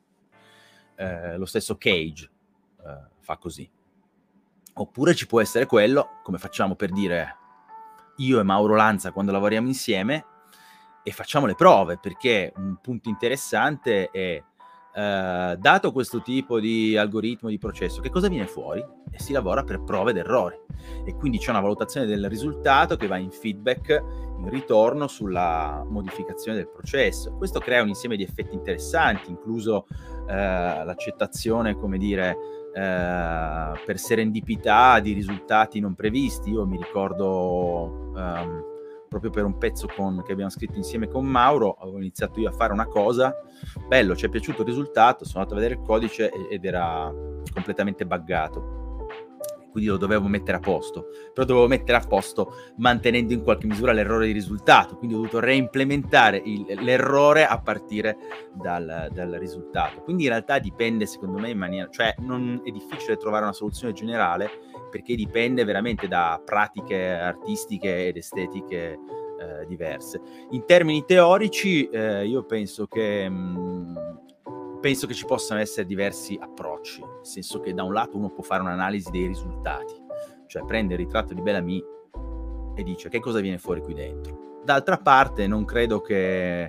eh, lo stesso Cage Uh, fa così. Oppure ci può essere quello, come facciamo per dire io e Mauro Lanza quando lavoriamo insieme e facciamo le prove, perché un punto interessante è uh, dato questo tipo di algoritmo, di processo, che cosa viene fuori? E si lavora per prove ed errori, e quindi c'è una valutazione del risultato che va in feedback, in ritorno sulla modificazione del processo. Questo crea un insieme di effetti interessanti, incluso uh, l'accettazione, come dire, Uh, per serendipità di risultati non previsti. Io mi ricordo um, proprio per un pezzo con, che abbiamo scritto insieme con Mauro, avevo iniziato io a fare una cosa, bello, ci è piaciuto il risultato, sono andato a vedere il codice ed era completamente buggato, quindi lo dovevo mettere a posto, però dovevo mettere a posto mantenendo in qualche misura l'errore di risultato, quindi ho dovuto reimplementare il, l'errore a partire dal, dal risultato. Quindi in realtà dipende, secondo me, in maniera, cioè non è difficile trovare una soluzione generale, perché dipende veramente da pratiche artistiche ed estetiche eh, diverse. In termini teorici eh, io penso che mh, penso che ci possano essere diversi approcci, nel senso che da un lato uno può fare un'analisi dei risultati, cioè prende il ritratto di Bellamy e dice che cosa viene fuori qui dentro. D'altra parte non credo che,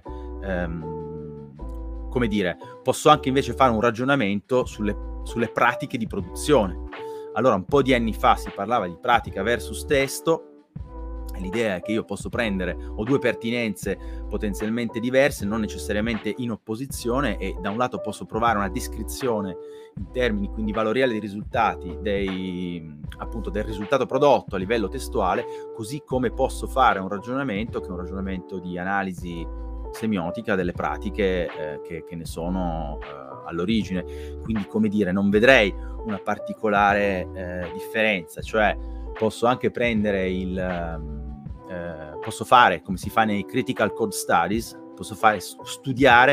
ehm, come dire, posso anche invece fare un ragionamento sulle, sulle pratiche di produzione. Allora, un po' di anni fa si parlava di pratica versus testo, e l'idea è che io posso prendere, ho due pertinenze potenzialmente diverse, non necessariamente in opposizione, e da un lato posso provare una descrizione in termini quindi valoriali dei risultati, dei, appunto del risultato prodotto a livello testuale, così come posso fare un ragionamento che è un ragionamento di analisi semiotica delle pratiche eh, che, che ne sono eh, all'origine. Quindi, come dire, non vedrei una particolare eh, differenza, cioè posso anche prendere il eh, posso fare, come si fa nei critical code studies, posso fare studiare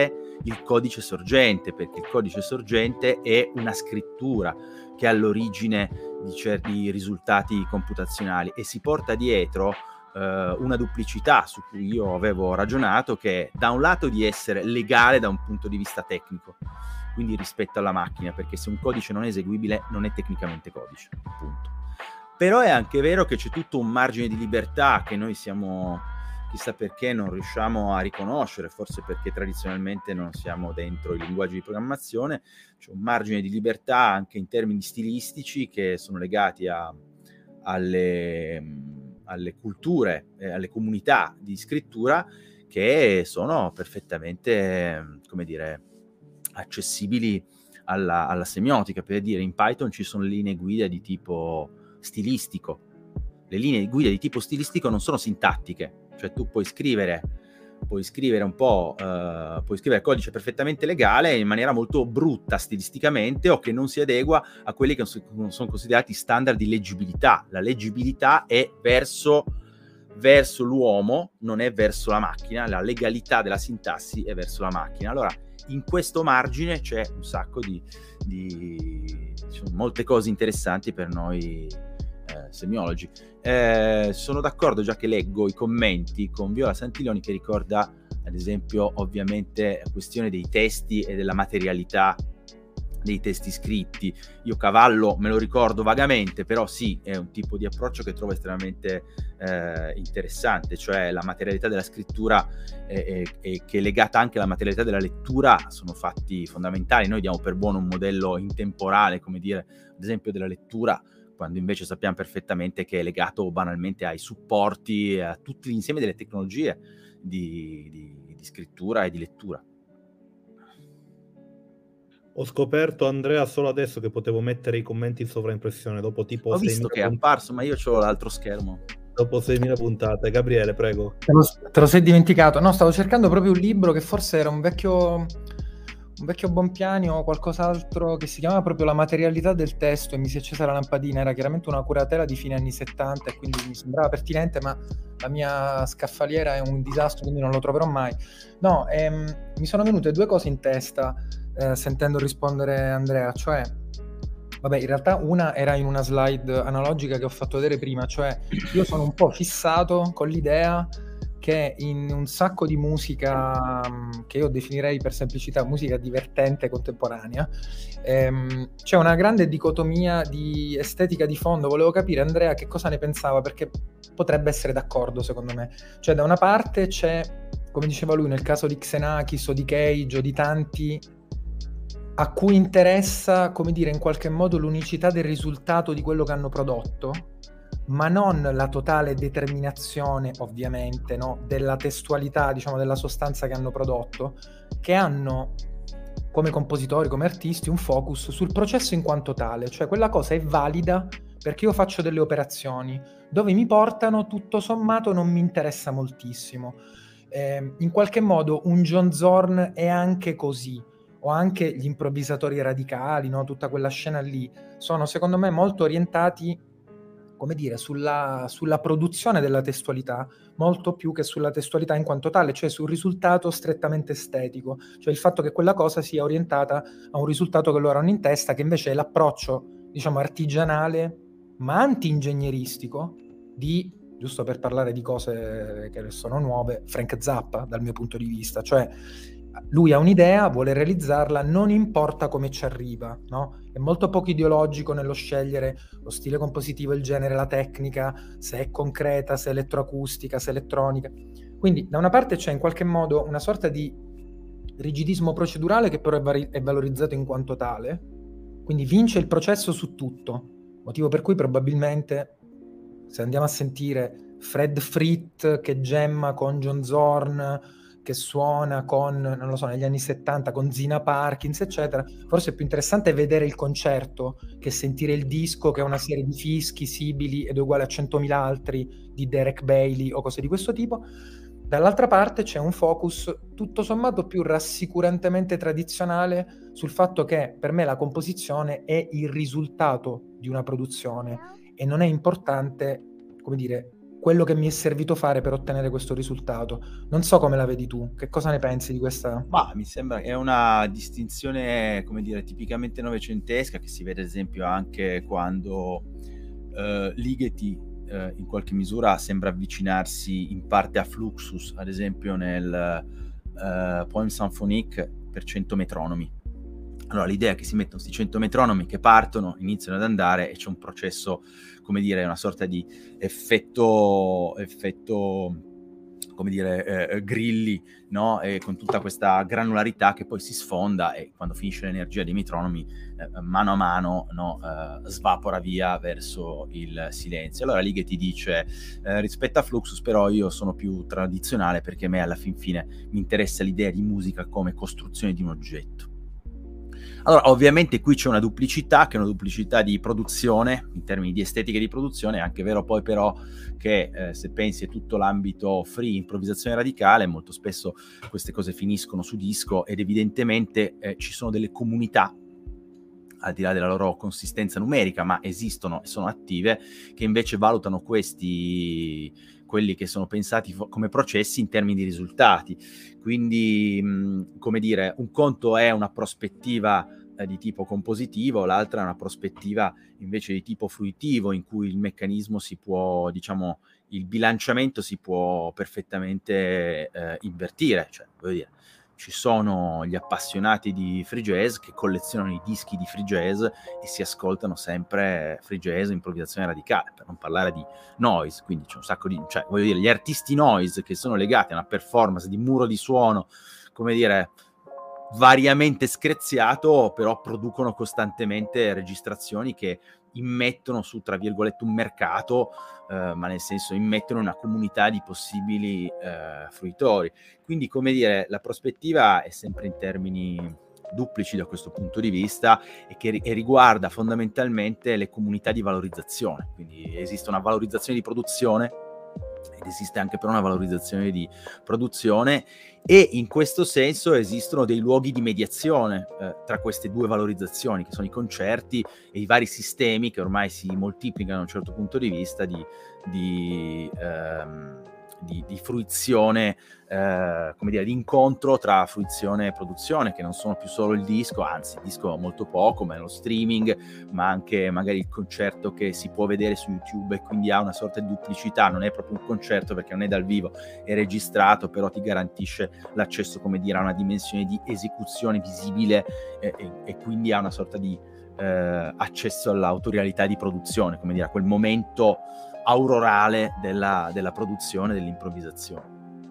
il codice sorgente, perché il codice sorgente è una scrittura che è all'origine di certi risultati computazionali e si porta dietro eh, una duplicità su cui io avevo ragionato, che è da un lato di essere legale da un punto di vista tecnico, quindi rispetto alla macchina, perché se un codice non è eseguibile non è tecnicamente codice, punto. Però è anche vero che c'è tutto un margine di libertà che noi siamo, chissà perché, non riusciamo a riconoscere, forse perché tradizionalmente non siamo dentro i linguaggi di programmazione. C'è un margine di libertà anche in termini stilistici che sono legati a, alle, alle culture, eh, alle comunità di scrittura, che sono perfettamente, come dire, accessibili alla, alla semiotica. Per dire, in Python ci sono linee guida di tipo stilistico. Le linee guida di tipo stilistico non sono sintattiche, cioè tu puoi scrivere puoi scrivere un po' uh, puoi scrivere codice perfettamente legale in maniera molto brutta stilisticamente, o che non si adegua a quelli che non sono considerati standard di leggibilità. La leggibilità è verso verso l'uomo, non è verso la macchina. La legalità della sintassi è verso la macchina. Allora, in questo margine c'è un sacco di, di ci sono molte cose interessanti per noi eh, semiologi. Eh, sono d'accordo, già che leggo i commenti, con Viola Santiloni, che ricorda ad esempio ovviamente la questione dei testi e della materialità dei testi scritti. Io Cavallo me lo ricordo vagamente, però sì, è un tipo di approccio che trovo estremamente eh, interessante, cioè la materialità della scrittura e che è legata anche alla materialità della lettura sono fatti fondamentali. Noi diamo per buono un modello intemporale, come dire, ad esempio della lettura, quando invece sappiamo perfettamente che è legato banalmente ai supporti, a tutto l'insieme delle tecnologie di, di, di scrittura e di lettura. Ho scoperto, Andrea, solo adesso che potevo mettere i commenti in sovraimpressione dopo tipo Ho visto che è apparso, ma io ho l'altro schermo. Dopo seimila puntate. Gabriele, prego. Te lo, te lo sei dimenticato? No, stavo cercando proprio un libro che forse era un vecchio un vecchio Bonpiani o qualcos'altro, che si chiamava proprio La materialità del testo, e mi si è accesa la lampadina. Era chiaramente una curatela di fine anni settanta e quindi mi sembrava pertinente, ma la mia scaffaliera è un disastro, quindi non lo troverò mai. No, ehm, mi sono venute due cose in testa eh, sentendo rispondere Andrea, cioè vabbè, in realtà una era in una slide analogica che ho fatto vedere prima, cioè io sono un po' fissato con l'idea che in un sacco di musica che io definirei per semplicità musica divertente contemporanea ehm, c'è una grande dicotomia di estetica di fondo. Volevo capire, Andrea, che cosa ne pensava, perché potrebbe essere d'accordo secondo me. Cioè, da una parte c'è, come diceva lui, nel caso di Xenakis o di Cage o di tanti a cui interessa, come dire, in qualche modo l'unicità del risultato di quello che hanno prodotto, ma non la totale determinazione, ovviamente, no, della testualità, diciamo, della sostanza che hanno prodotto, che hanno, come compositori, come artisti, un focus sul processo in quanto tale. Cioè, quella cosa è valida perché io faccio delle operazioni, dove mi portano, tutto sommato, non mi interessa moltissimo. Eh, in qualche modo un John Zorn è anche così, o anche gli improvvisatori radicali, no? Tutta quella scena lì, sono secondo me molto orientati, come dire, sulla, sulla produzione della testualità, molto più che sulla testualità in quanto tale, cioè sul risultato strettamente estetico, cioè il fatto che quella cosa sia orientata a un risultato che loro hanno in testa, che invece è l'approccio, diciamo, artigianale, ma anti-ingegneristico di, giusto per parlare di cose che sono nuove, Frank Zappa, dal mio punto di vista. Cioè, lui ha un'idea, vuole realizzarla, non importa come ci arriva, no? È molto poco ideologico nello scegliere lo stile compositivo, il genere, la tecnica, se è concreta, se è elettroacustica, se è elettronica. Quindi da una parte c'è in qualche modo una sorta di rigidismo procedurale che però è, vari- è valorizzato in quanto tale, quindi vince il processo su tutto, motivo per cui probabilmente, se andiamo a sentire Fred Frith che gemma con John Zorn, che suona con, non lo so, negli anni settanta con Zina Parkins, eccetera, forse è più interessante vedere il concerto che sentire il disco, che è una serie di fischi, sibili ed è uguale a centomila altri di Derek Bailey o cose di questo tipo. Dall'altra parte c'è un focus tutto sommato più rassicurantemente tradizionale sul fatto che per me la composizione è il risultato di una produzione e non è importante, come dire, quello che mi è servito fare per ottenere questo risultato. Non so come la vedi tu, che cosa ne pensi di questa? Ma mi sembra che è una distinzione, come dire, tipicamente novecentesca, che si vede ad esempio anche quando uh, Ligeti uh, in qualche misura sembra avvicinarsi in parte a Fluxus, ad esempio nel uh, Poème Symphonique per cento metronomi. Allora l'idea è che si mettono questi cento metronomi che partono, iniziano ad andare e c'è un processo, come dire, una sorta di effetto, effetto come dire, eh, grilli, no? E con tutta questa granularità che poi si sfonda e quando finisce l'energia dei metronomi, eh, mano a mano, no? eh, svapora via verso il silenzio. Allora Ligeti dice, eh, rispetto a Fluxus però io sono più tradizionale perché a me alla fin fine mi interessa l'idea di musica come costruzione di un oggetto. Allora, ovviamente qui c'è una duplicità, che è una duplicità di produzione, in termini di estetica di produzione. È anche vero poi però che eh, se pensi a tutto l'ambito free, improvvisazione radicale, molto spesso queste cose finiscono su disco ed evidentemente eh, ci sono delle comunità, al di là della loro consistenza numerica, ma esistono e sono attive, che invece valutano questi, quelli che sono pensati fo- come processi in termini di risultati. Quindi, mh, come dire, un conto è una prospettiva eh, di tipo compositivo, l'altra è una prospettiva invece di tipo fruitivo, in cui il meccanismo si può, diciamo, il bilanciamento si può perfettamente eh, invertire. Cioè, voglio dire, ci sono gli appassionati di free jazz che collezionano i dischi di free jazz e si ascoltano sempre free jazz, improvvisazione radicale, per non parlare di noise. Quindi c'è un sacco di, cioè, voglio dire, gli artisti noise che sono legati a una performance di muro di suono, come dire, variamente screziato, però producono costantemente registrazioni che immettono su, tra virgolette, un mercato, eh, ma nel senso immettono una comunità di possibili eh, fruitori. Quindi, come dire, la prospettiva è sempre in termini duplici da questo punto di vista e che e riguarda fondamentalmente le comunità di valorizzazione. Quindi esiste una valorizzazione di produzione ed esiste anche però una valorizzazione di produzione, e in questo senso esistono dei luoghi di mediazione eh, tra queste due valorizzazioni, che sono i concerti e i vari sistemi che ormai si moltiplicano da un certo punto di vista di, di, ehm, di, di fruizione, eh, come dire, di incontro tra fruizione e produzione, che non sono più solo il disco, anzi il disco molto poco, ma è lo streaming, ma anche magari il concerto che si può vedere su YouTube e quindi ha una sorta di duplicità. Non è proprio un concerto perché non è dal vivo, è registrato, però ti garantisce l'accesso, come dire, a una dimensione di esecuzione visibile eh, e, e quindi ha una sorta di eh, accesso all'autorialità di produzione, come dire, a quel momento aurorale della, della produzione, dell'improvvisazione.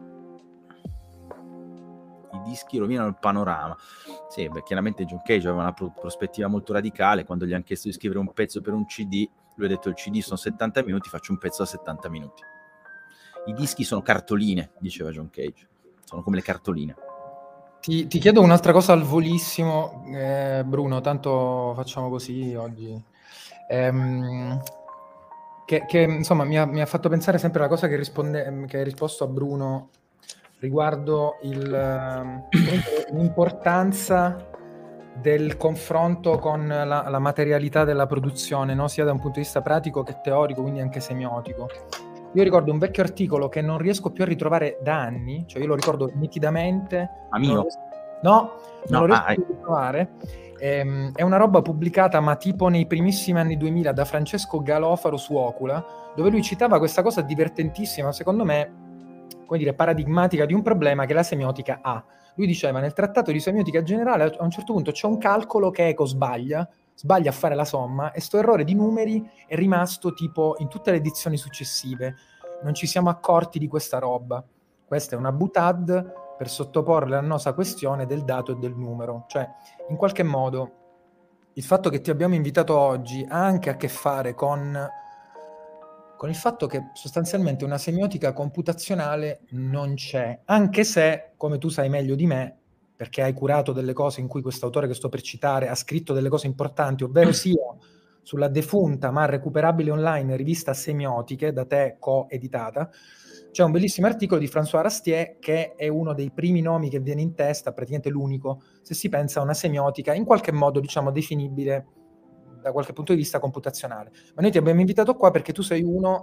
I dischi rovinano il panorama. Sì, beh, chiaramente John Cage aveva una pro- prospettiva molto radicale. Quando gli hanno chiesto di scrivere un pezzo per un C D, lui ha detto: il C D sono settanta minuti, faccio un pezzo da settanta minuti. I dischi sono cartoline, diceva John Cage, sono come le cartoline. Ti, ti chiedo un'altra cosa al volissimo, eh, Bruno, tanto facciamo così oggi. Ehm, che, che insomma mi ha, mi ha fatto pensare sempre alla cosa che, risponde, che hai risposto a Bruno riguardo il, eh, l'importanza del confronto con la, la materialità della produzione, no? Sia da un punto di vista pratico che teorico, quindi anche semiotico. Io ricordo un vecchio articolo che non riesco più a ritrovare da anni, cioè io lo ricordo nitidamente. A mio? Non riesco, no, non no, lo riesco ah, più a ritrovare. Ehm, è una roba pubblicata, ma tipo nei primissimi anni duemila, da Francesco Galofaro su Ocula, dove lui citava questa cosa divertentissima, secondo me, come dire, paradigmatica di un problema che la semiotica ha. Lui diceva, nel trattato di semiotica generale, a un certo punto c'è un calcolo che Eco sbaglia, sbaglia a fare la somma, e sto errore di numeri è rimasto tipo in tutte le edizioni successive. Non ci siamo accorti di questa roba. Questa è una boutade per sottoporre l'annosa questione del dato e del numero. Cioè, in qualche modo, il fatto che ti abbiamo invitato oggi ha anche a che fare con, con il fatto che sostanzialmente una semiotica computazionale non c'è, anche se, come tu sai meglio di me, perché hai curato delle cose in cui questo autore che sto per citare ha scritto delle cose importanti, ovvero sia sulla defunta ma recuperabile online rivista Semiotiche, da te co-editata. C'è un bellissimo articolo di François Rastier, che è uno dei primi nomi che viene in testa, praticamente l'unico, se si pensa a una semiotica in qualche modo, diciamo, definibile da qualche punto di vista computazionale. Ma noi ti abbiamo invitato qua perché tu sei uno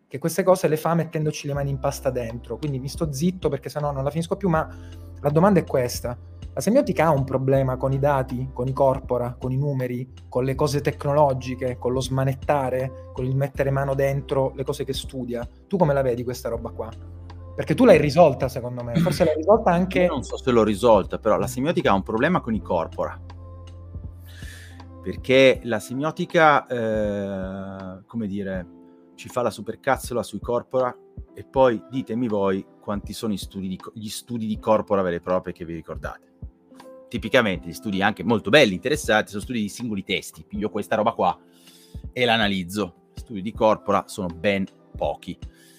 che queste cose le fa mettendoci le mani in pasta dentro, quindi mi sto zitto perché sennò non la finisco più, ma la domanda è questa: la semiotica ha un problema con i dati, con i corpora, con i numeri, con le cose tecnologiche, con lo smanettare, con il mettere mano dentro le cose che studia? Tu come la vedi questa roba qua? Perché tu l'hai risolta, secondo me, forse l'hai risolta anche... Io non so se l'ho risolta, però la semiotica ha un problema con i corpora, perché la semiotica, eh, come dire, ci fa la supercazzola sui corpora e poi ditemi voi quanti sono gli studi di, gli studi di corpora veri e propri che vi ricordate. Tipicamente gli studi anche molto belli, interessanti, sono studi di singoli testi. Piglio questa roba qua e l'analizzo. Studi di corpora sono ben pochi.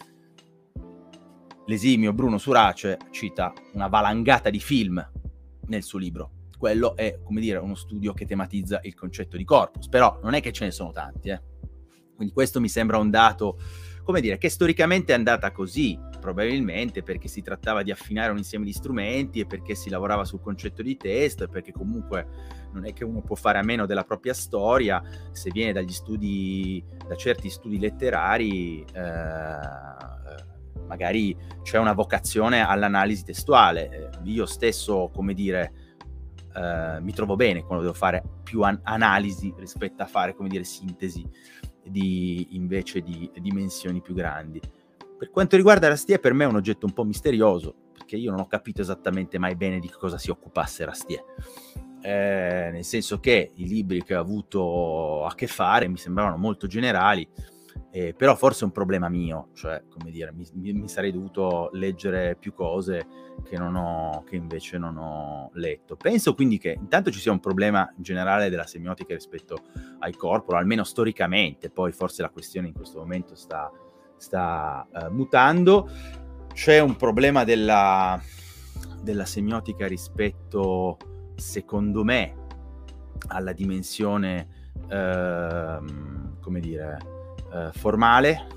L'esimio Bruno Surace cita una valangata di film nel suo libro. Quello è, come dire, uno studio che tematizza il concetto di corpus, però non è che ce ne sono tanti, eh. Quindi questo mi sembra un dato, come dire, che storicamente è andata così, probabilmente perché si trattava di affinare un insieme di strumenti e perché si lavorava sul concetto di testo e perché comunque non è che uno può fare a meno della propria storia se viene dagli studi, da certi studi letterari, eh, magari c'è una vocazione all'analisi testuale. Io stesso, come dire, eh, mi trovo bene quando devo fare più an- analisi rispetto a fare, come dire, sintesi di invece di dimensioni più grandi. Per quanto riguarda Rastier, per me è un oggetto un po' misterioso, perché io non ho capito esattamente mai bene di cosa si occupasse Rastier, eh, nel senso che i libri che ho avuto a che fare mi sembravano molto generali, eh, però forse è un problema mio, cioè, come dire, mi, mi sarei dovuto leggere più cose che non ho, che invece non ho letto. Penso quindi che intanto ci sia un problema generale della semiotica rispetto ai corpora, almeno storicamente, poi forse la questione in questo momento sta, sta uh, mutando. C'è un problema della, della semiotica rispetto, secondo me, alla dimensione, uh, come dire, uh, formale.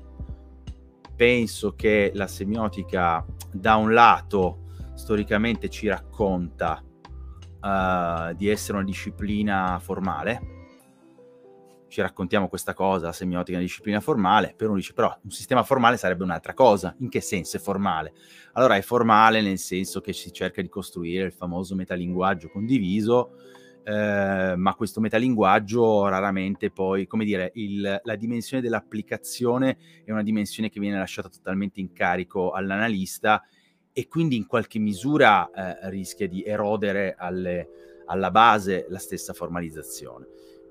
Penso che la semiotica, da un lato, storicamente ci racconta uh, di essere una disciplina formale. Ci raccontiamo questa cosa, la semiotica è una disciplina formale, per uno dice però un sistema formale sarebbe un'altra cosa. In che senso è formale? Allora è formale nel senso che si cerca di costruire il famoso metalinguaggio condiviso, eh, ma questo metalinguaggio raramente poi, come dire, il, la dimensione dell'applicazione è una dimensione che viene lasciata totalmente in carico all'analista e quindi in qualche misura eh, rischia di erodere alle, alla base la stessa formalizzazione.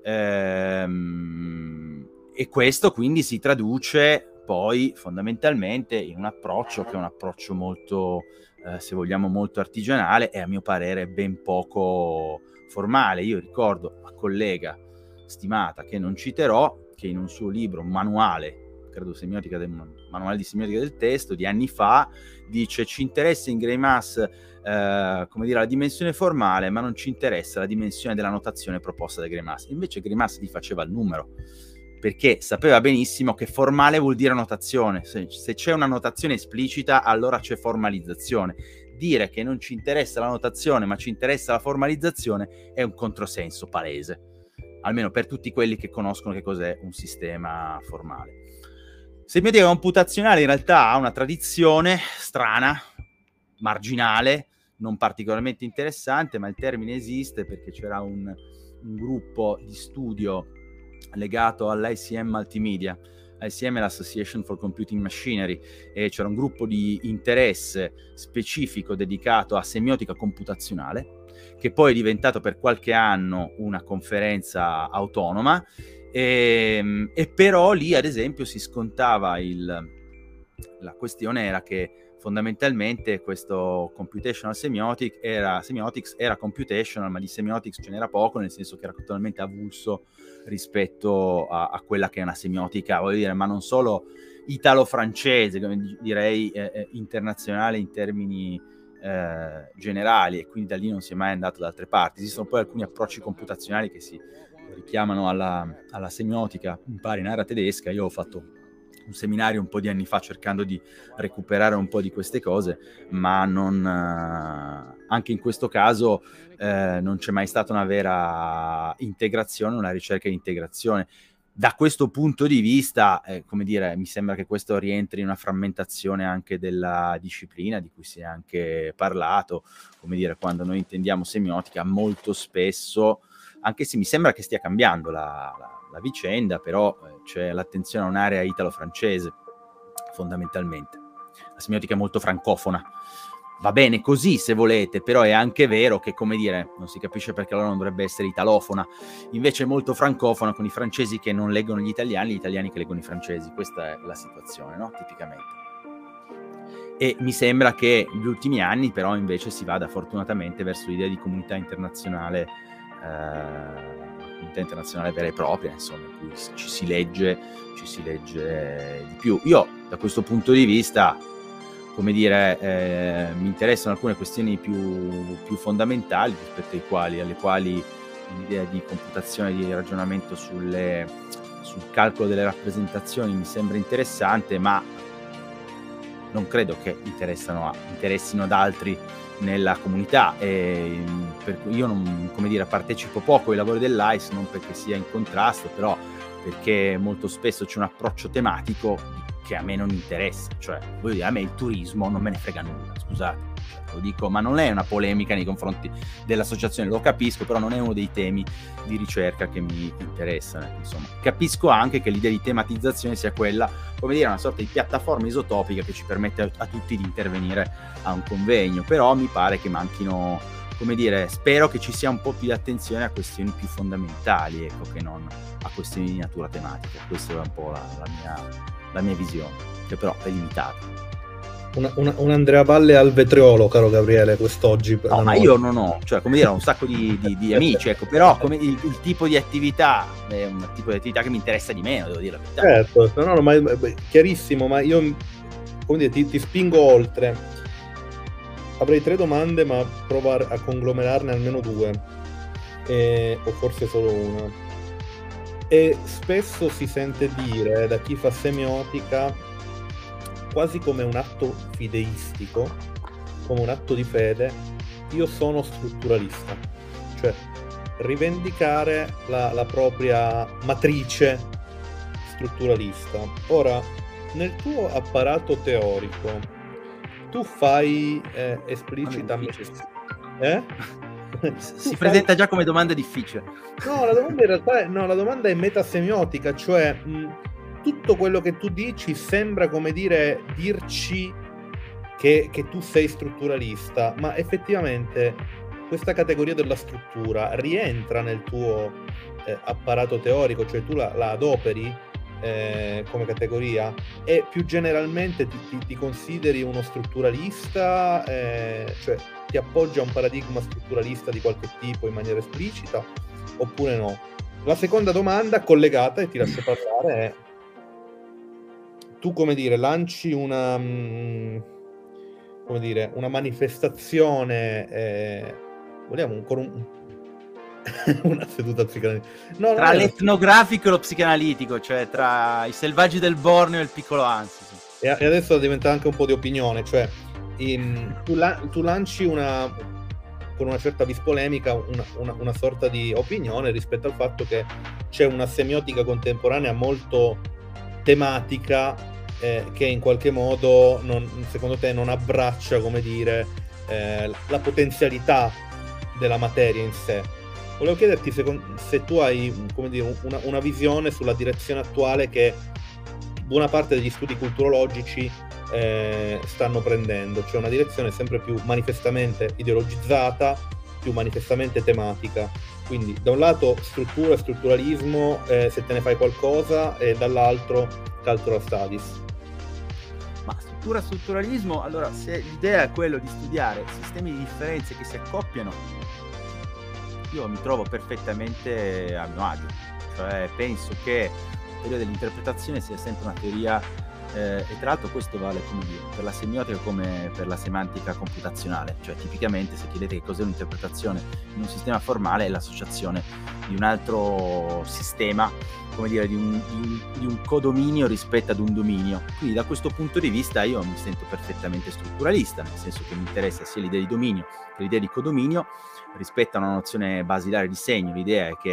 Ehm, e questo quindi si traduce poi fondamentalmente in un approccio che è un approccio molto, eh, se vogliamo, molto artigianale e a mio parere ben poco formale. Io ricordo una collega stimata che non citerò, che in un suo libro, un manuale, credo semiotica del, manuale di semiotica del testo di anni fa, dice: ci interessa in Greimas eh, come dire la dimensione formale, ma non ci interessa la dimensione della notazione proposta da Greimas. Invece Greimas gli faceva il numero, perché sapeva benissimo che formale vuol dire notazione. Se, se c'è una notazione esplicita, allora c'è formalizzazione. Dire che non ci interessa la notazione, ma ci interessa la formalizzazione è un controsenso palese, almeno per tutti quelli che conoscono che cos'è un sistema formale. Semiotica computazionale in realtà ha una tradizione strana, marginale, non particolarmente interessante, ma il termine esiste perché c'era un, un gruppo di studio legato all'I C M Multimedia. I C M è l'Association for Computing Machinery e c'era un gruppo di interesse specifico dedicato a semiotica computazionale, che poi è diventato per qualche anno una conferenza autonoma, e, e però lì ad esempio si scontava il, la questione era che fondamentalmente questo computational semiotic era, semiotics era computational, ma di semiotics ce n'era poco, nel senso che era totalmente avulso rispetto a, a quella che è una semiotica, voglio dire, ma non solo italo-francese, come direi eh, internazionale in termini eh, generali, e quindi da lì non si è mai andato da altre parti. Esistono poi alcuni approcci computazionali che si richiamano alla, alla semiotica, mi pare in area tedesca. Io ho fatto un seminario un po' di anni fa cercando di recuperare un po' di queste cose, ma non, eh, anche in questo caso eh, non c'è mai stata una vera integrazione, una ricerca di integrazione. da questo punto di vista, eh, come dire, mi sembra che questo rientri in una frammentazione anche della disciplina, di cui si è anche parlato, come dire, quando noi intendiamo semiotica, molto spesso, anche se mi sembra che stia cambiando la, la, la vicenda, però eh, c'è l'attenzione a un'area italo-francese, fondamentalmente. La semiotica è molto francofona. Va bene così se volete, però è anche vero che, come dire, non si capisce perché allora non dovrebbe essere italofona, invece è molto francofona, con i francesi che non leggono gli italiani, gli italiani che leggono i francesi. Questa è la situazione, no? Tipicamente. E mi sembra che negli ultimi anni però invece si vada fortunatamente verso l'idea di comunità internazionale, eh, comunità internazionale vera e propria, insomma, in cui ci si legge, ci si legge di più. Io da questo punto di vista, come dire, eh, mi interessano alcune questioni più, più fondamentali rispetto ai quali, alle quali l'idea di computazione, di ragionamento sulle, sul calcolo delle rappresentazioni mi sembra interessante, ma non credo che interessano a, interessino ad altri nella comunità. E per cui io non, come dire, partecipo poco ai lavori dell'A I S, non perché sia in contrasto, però perché molto spesso c'è un approccio tematico che a me non interessa, cioè voglio dire, a me il turismo non me ne frega nulla, scusate, lo dico, ma non è una polemica nei confronti dell'associazione, lo capisco, però non è uno dei temi di ricerca che mi interessano, insomma. Capisco anche che l'idea di tematizzazione sia quella, come dire, una sorta di piattaforma isotopica che ci permette a, a tutti di intervenire a un convegno, però mi pare che manchino, come dire, spero che ci sia un po' più di attenzione a questioni più fondamentali, ecco, che non a questioni di natura tematica. Questa è un po' la, la mia la mia visione, che però è limitata. Una, una, un Andrea Valle al vetriolo, caro Gabriele, quest'oggi. No, ma io non ho, cioè, come dire, ho un sacco di, di, di amici, ecco, però come il, il tipo di attività è un tipo di attività che mi interessa di meno, devo dire la verità. Certo, no, no, ma è chiarissimo, ma io, come dire, ti, ti spingo oltre. Avrei tre domande, ma provo a conglomerarne almeno due, e, o forse solo una. E spesso si sente dire da chi fa semiotica, quasi come un atto fideistico, come un atto di fede, io sono strutturalista, cioè rivendicare la, la propria matrice strutturalista. Ora, nel tuo apparato teorico, tu fai eh, esplicitamente... Eh? Si presenta già come domanda difficile. No, la domanda in realtà è, no, la domanda è metasemiotica, cioè mh, tutto quello che tu dici sembra, come dire, dirci che, che tu sei strutturalista, ma effettivamente questa categoria della struttura rientra nel tuo eh, apparato teorico, cioè tu la, la adoperi eh, come categoria, e più generalmente ti, ti, ti consideri uno strutturalista, eh, cioè ti appoggia a un paradigma strutturalista di qualche tipo in maniera esplicita, oppure no? La seconda domanda collegata, e ti lascio parlare, è: tu, come dire, lanci una mh, come dire, una manifestazione, eh, vogliamo ancora un una seduta psicanalitica, no, tra no, l'etnografico e lo psicanalitico, cioè tra i selvaggi del Borneo e il piccolo Anzi. Sì. E adesso diventa anche un po' di opinione, cioè in, tu, la, tu lanci una, con una certa vis polemica, una, una, una sorta di opinione rispetto al fatto che c'è una semiotica contemporanea molto tematica, eh, che in qualche modo non, secondo te non abbraccia, come dire, eh, la potenzialità della materia in sé. Volevo chiederti se, se tu hai, come dire, una, una visione sulla direzione attuale che buona parte degli studi culturologici eh, stanno prendendo, cioè una direzione sempre più manifestamente ideologizzata, più manifestamente tematica. Quindi da un lato struttura e strutturalismo, eh, se te ne fai qualcosa, e dall'altro cultural studies. Ma struttura e strutturalismo, allora, se l'idea è quello di studiare sistemi di differenze che si accoppiano, io mi trovo perfettamente a mio agio, cioè penso che la teoria dell'interpretazione sia sempre una teoria, eh, e tra l'altro questo vale, come dire, per la semiotica come per la semantica computazionale, cioè tipicamente se chiedete che cos'è un'interpretazione in un sistema formale, è l'associazione di un altro sistema, come dire, di un, di un, di un codominio rispetto ad un dominio. Quindi da questo punto di vista io mi sento perfettamente strutturalista, nel senso che mi interessa sia l'idea di dominio che l'idea di codominio rispetto a una nozione basilare di segno. L'idea è che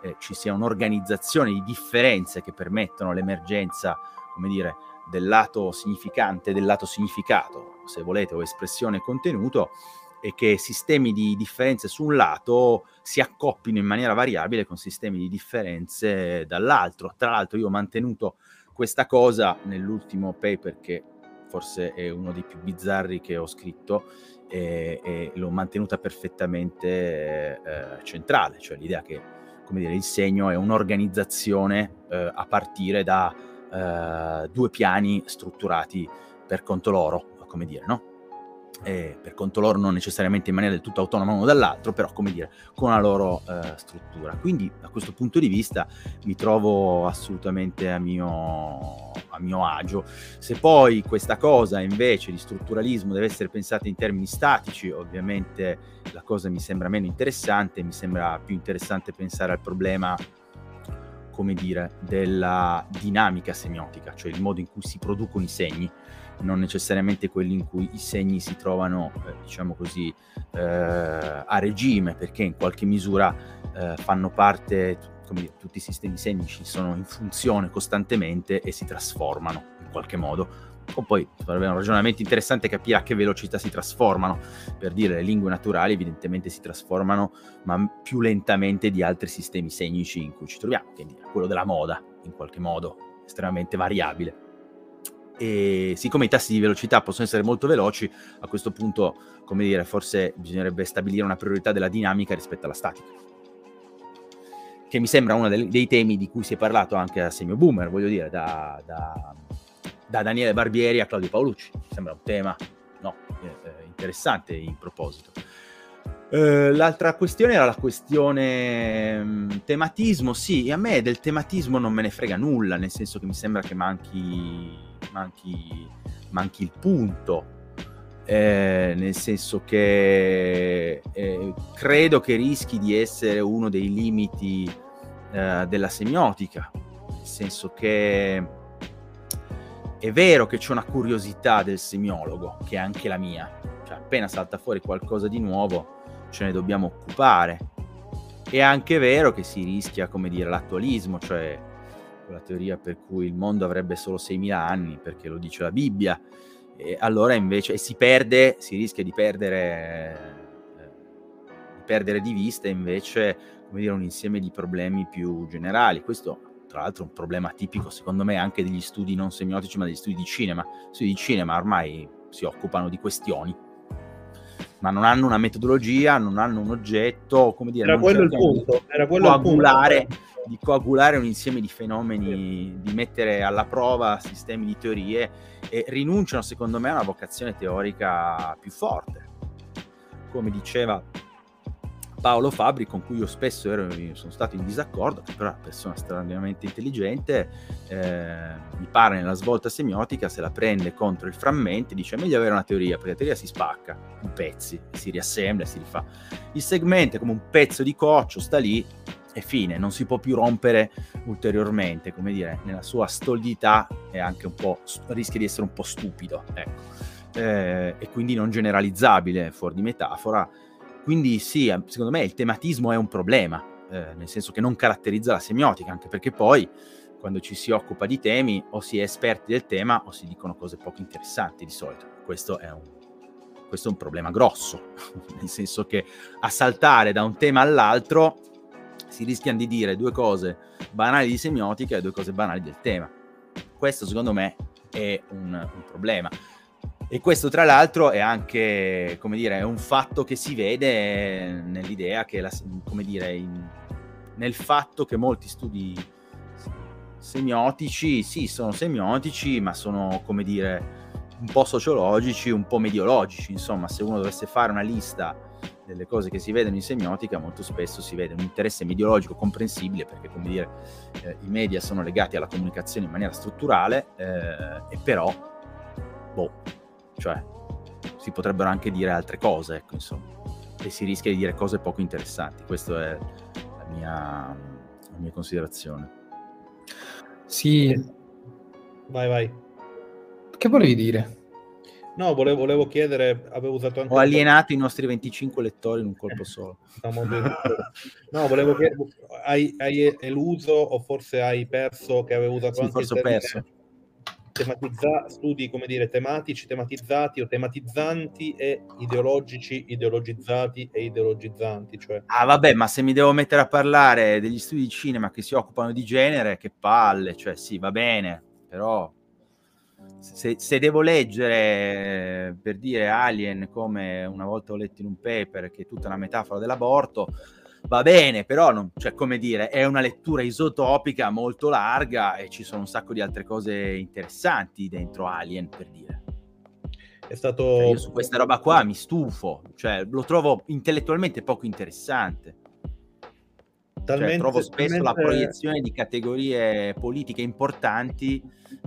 eh, ci sia un'organizzazione di differenze che permettono l'emergenza, come dire, del lato significante, del lato significato, se volete, o espressione e contenuto, e che sistemi di differenze su un lato si accoppino in maniera variabile con sistemi di differenze dall'altro. Tra l'altro io ho mantenuto questa cosa nell'ultimo paper, che forse è uno dei più bizzarri che ho scritto, e, e l'ho mantenuta perfettamente eh, centrale, cioè l'idea che, come dire, il segno è un'organizzazione eh, a partire da eh, due piani strutturati per conto loro, come dire, no? E per conto loro non necessariamente in maniera del tutto autonoma uno dall'altro, però, come dire, con una loro eh, struttura. Quindi da questo punto di vista mi trovo assolutamente a mio, a mio agio. Se poi questa cosa invece di strutturalismo deve essere pensata in termini statici, ovviamente la cosa mi sembra meno interessante. Mi sembra più interessante pensare al problema, come dire, della dinamica semiotica, cioè il modo in cui si producono i segni, non necessariamente quelli in cui i segni si trovano, eh, diciamo così, eh, a regime, perché in qualche misura eh, fanno parte, come dire, tutti i sistemi segnici sono in funzione costantemente e si trasformano in qualche modo. O poi sarebbe un ragionamento interessante capire a che velocità si trasformano. Per dire, le lingue naturali evidentemente si trasformano, ma più lentamente di altri sistemi segnici in cui ci troviamo, quindi quello della moda, in qualche modo estremamente variabile. E siccome i tassi di velocità possono essere molto veloci, a questo punto, come dire, forse bisognerebbe stabilire una priorità della dinamica rispetto alla statica, che mi sembra uno dei, dei temi di cui si è parlato anche a Semio Boomer, voglio dire, da, da, da Daniele Barbieri a Claudio Paolucci. Mi sembra un tema, no, eh, interessante in proposito. Uh, l'altra questione era la questione um, tematismo. Sì, a me del tematismo non me ne frega nulla, nel senso che mi sembra che manchi manchi, manchi il punto, eh, nel senso che eh, credo che rischi di essere uno dei limiti eh, della semiotica, nel senso che è vero che c'è una curiosità del semiologo, che è anche la mia, cioè appena salta fuori qualcosa di nuovo ce ne dobbiamo occupare. È anche vero che si rischia, come dire, l'attualismo, cioè la teoria per cui il mondo avrebbe solo seimila anni, perché lo dice la Bibbia, e allora invece e si perde, si rischia di perdere eh, di perdere di vista invece, come dire, un insieme di problemi più generali. Questo tra l'altro è un problema tipico, secondo me, anche degli studi non semiotici, ma degli studi di cinema. Gli studi di cinema ormai si occupano di questioni, ma non hanno una metodologia, non hanno un oggetto, come dire, era quello il punto, era quello coagulare, il punto. di coagulare un insieme di fenomeni, di mettere alla prova sistemi di teorie, e rinunciano, secondo me, a una vocazione teorica più forte. Come diceva Paolo Fabri, con cui io spesso ero, sono stato in disaccordo, che però è una persona straordinariamente intelligente, eh, mi pare nella svolta semiotica se la prende contro il frammento e dice: è meglio avere una teoria, perché la teoria si spacca in pezzi, si riassembla e si rifà. Il segmento è come un pezzo di coccio, sta lì e fine, non si può più rompere ulteriormente, come dire, nella sua stolidità è anche un po', rischia di essere un po' stupido, ecco, eh, e quindi non generalizzabile, fuori di metafora. Quindi sì, secondo me il tematismo è un problema, eh, nel senso che non caratterizza la semiotica, anche perché poi quando ci si occupa di temi o si è esperti del tema o si dicono cose poco interessanti di solito. Questo è un, questo è un problema grosso, nel senso che a saltare da un tema all'altro si rischiano di dire due cose banali di semiotica e due cose banali del tema. Questo secondo me è un, un problema. E questo, tra l'altro, è anche, come dire, è un fatto che si vede nell'idea che, la, come dire, in, nel fatto che molti studi semiotici, sì, sono semiotici, ma sono, come dire, un po' sociologici, un po' mediologici. Insomma, se uno dovesse fare una lista delle cose che si vedono in semiotica, molto spesso si vede un interesse mediologico comprensibile, perché, come dire, eh, i media sono legati alla comunicazione in maniera strutturale, eh, e però, boh, cioè si potrebbero anche dire altre cose, ecco, insomma, e si rischia di dire cose poco interessanti. Questa è la mia, la mia considerazione. Sì. Vai, vai. Che volevi dire? No, volevo, volevo chiedere, avevo usato anche... Ho alienato i nostri venticinque lettori in un colpo solo. No, volevo chiedere, hai, hai eluso o forse hai perso, che avevo usato sì, anche forse il termine, ho perso. Tematizza, studi, come dire, tematici, tematizzati o tematizzanti e ideologici, ideologizzati e ideologizzanti, cioè... Ah vabbè, ma se mi devo mettere a parlare degli studi di cinema che si occupano di genere, che palle, cioè sì, va bene, però se, se devo leggere, per dire, Alien, come una volta ho letto in un paper, che è tutta una metafora dell'aborto, va bene, però non, cioè, come dire, è una lettura isotopica molto larga e ci sono un sacco di altre cose interessanti dentro Alien, per dire. È stato... Cioè, io su questa roba qua mi stufo, cioè lo trovo intellettualmente poco interessante. Talmente, cioè, trovo spesso talmente... la proiezione di categorie politiche importanti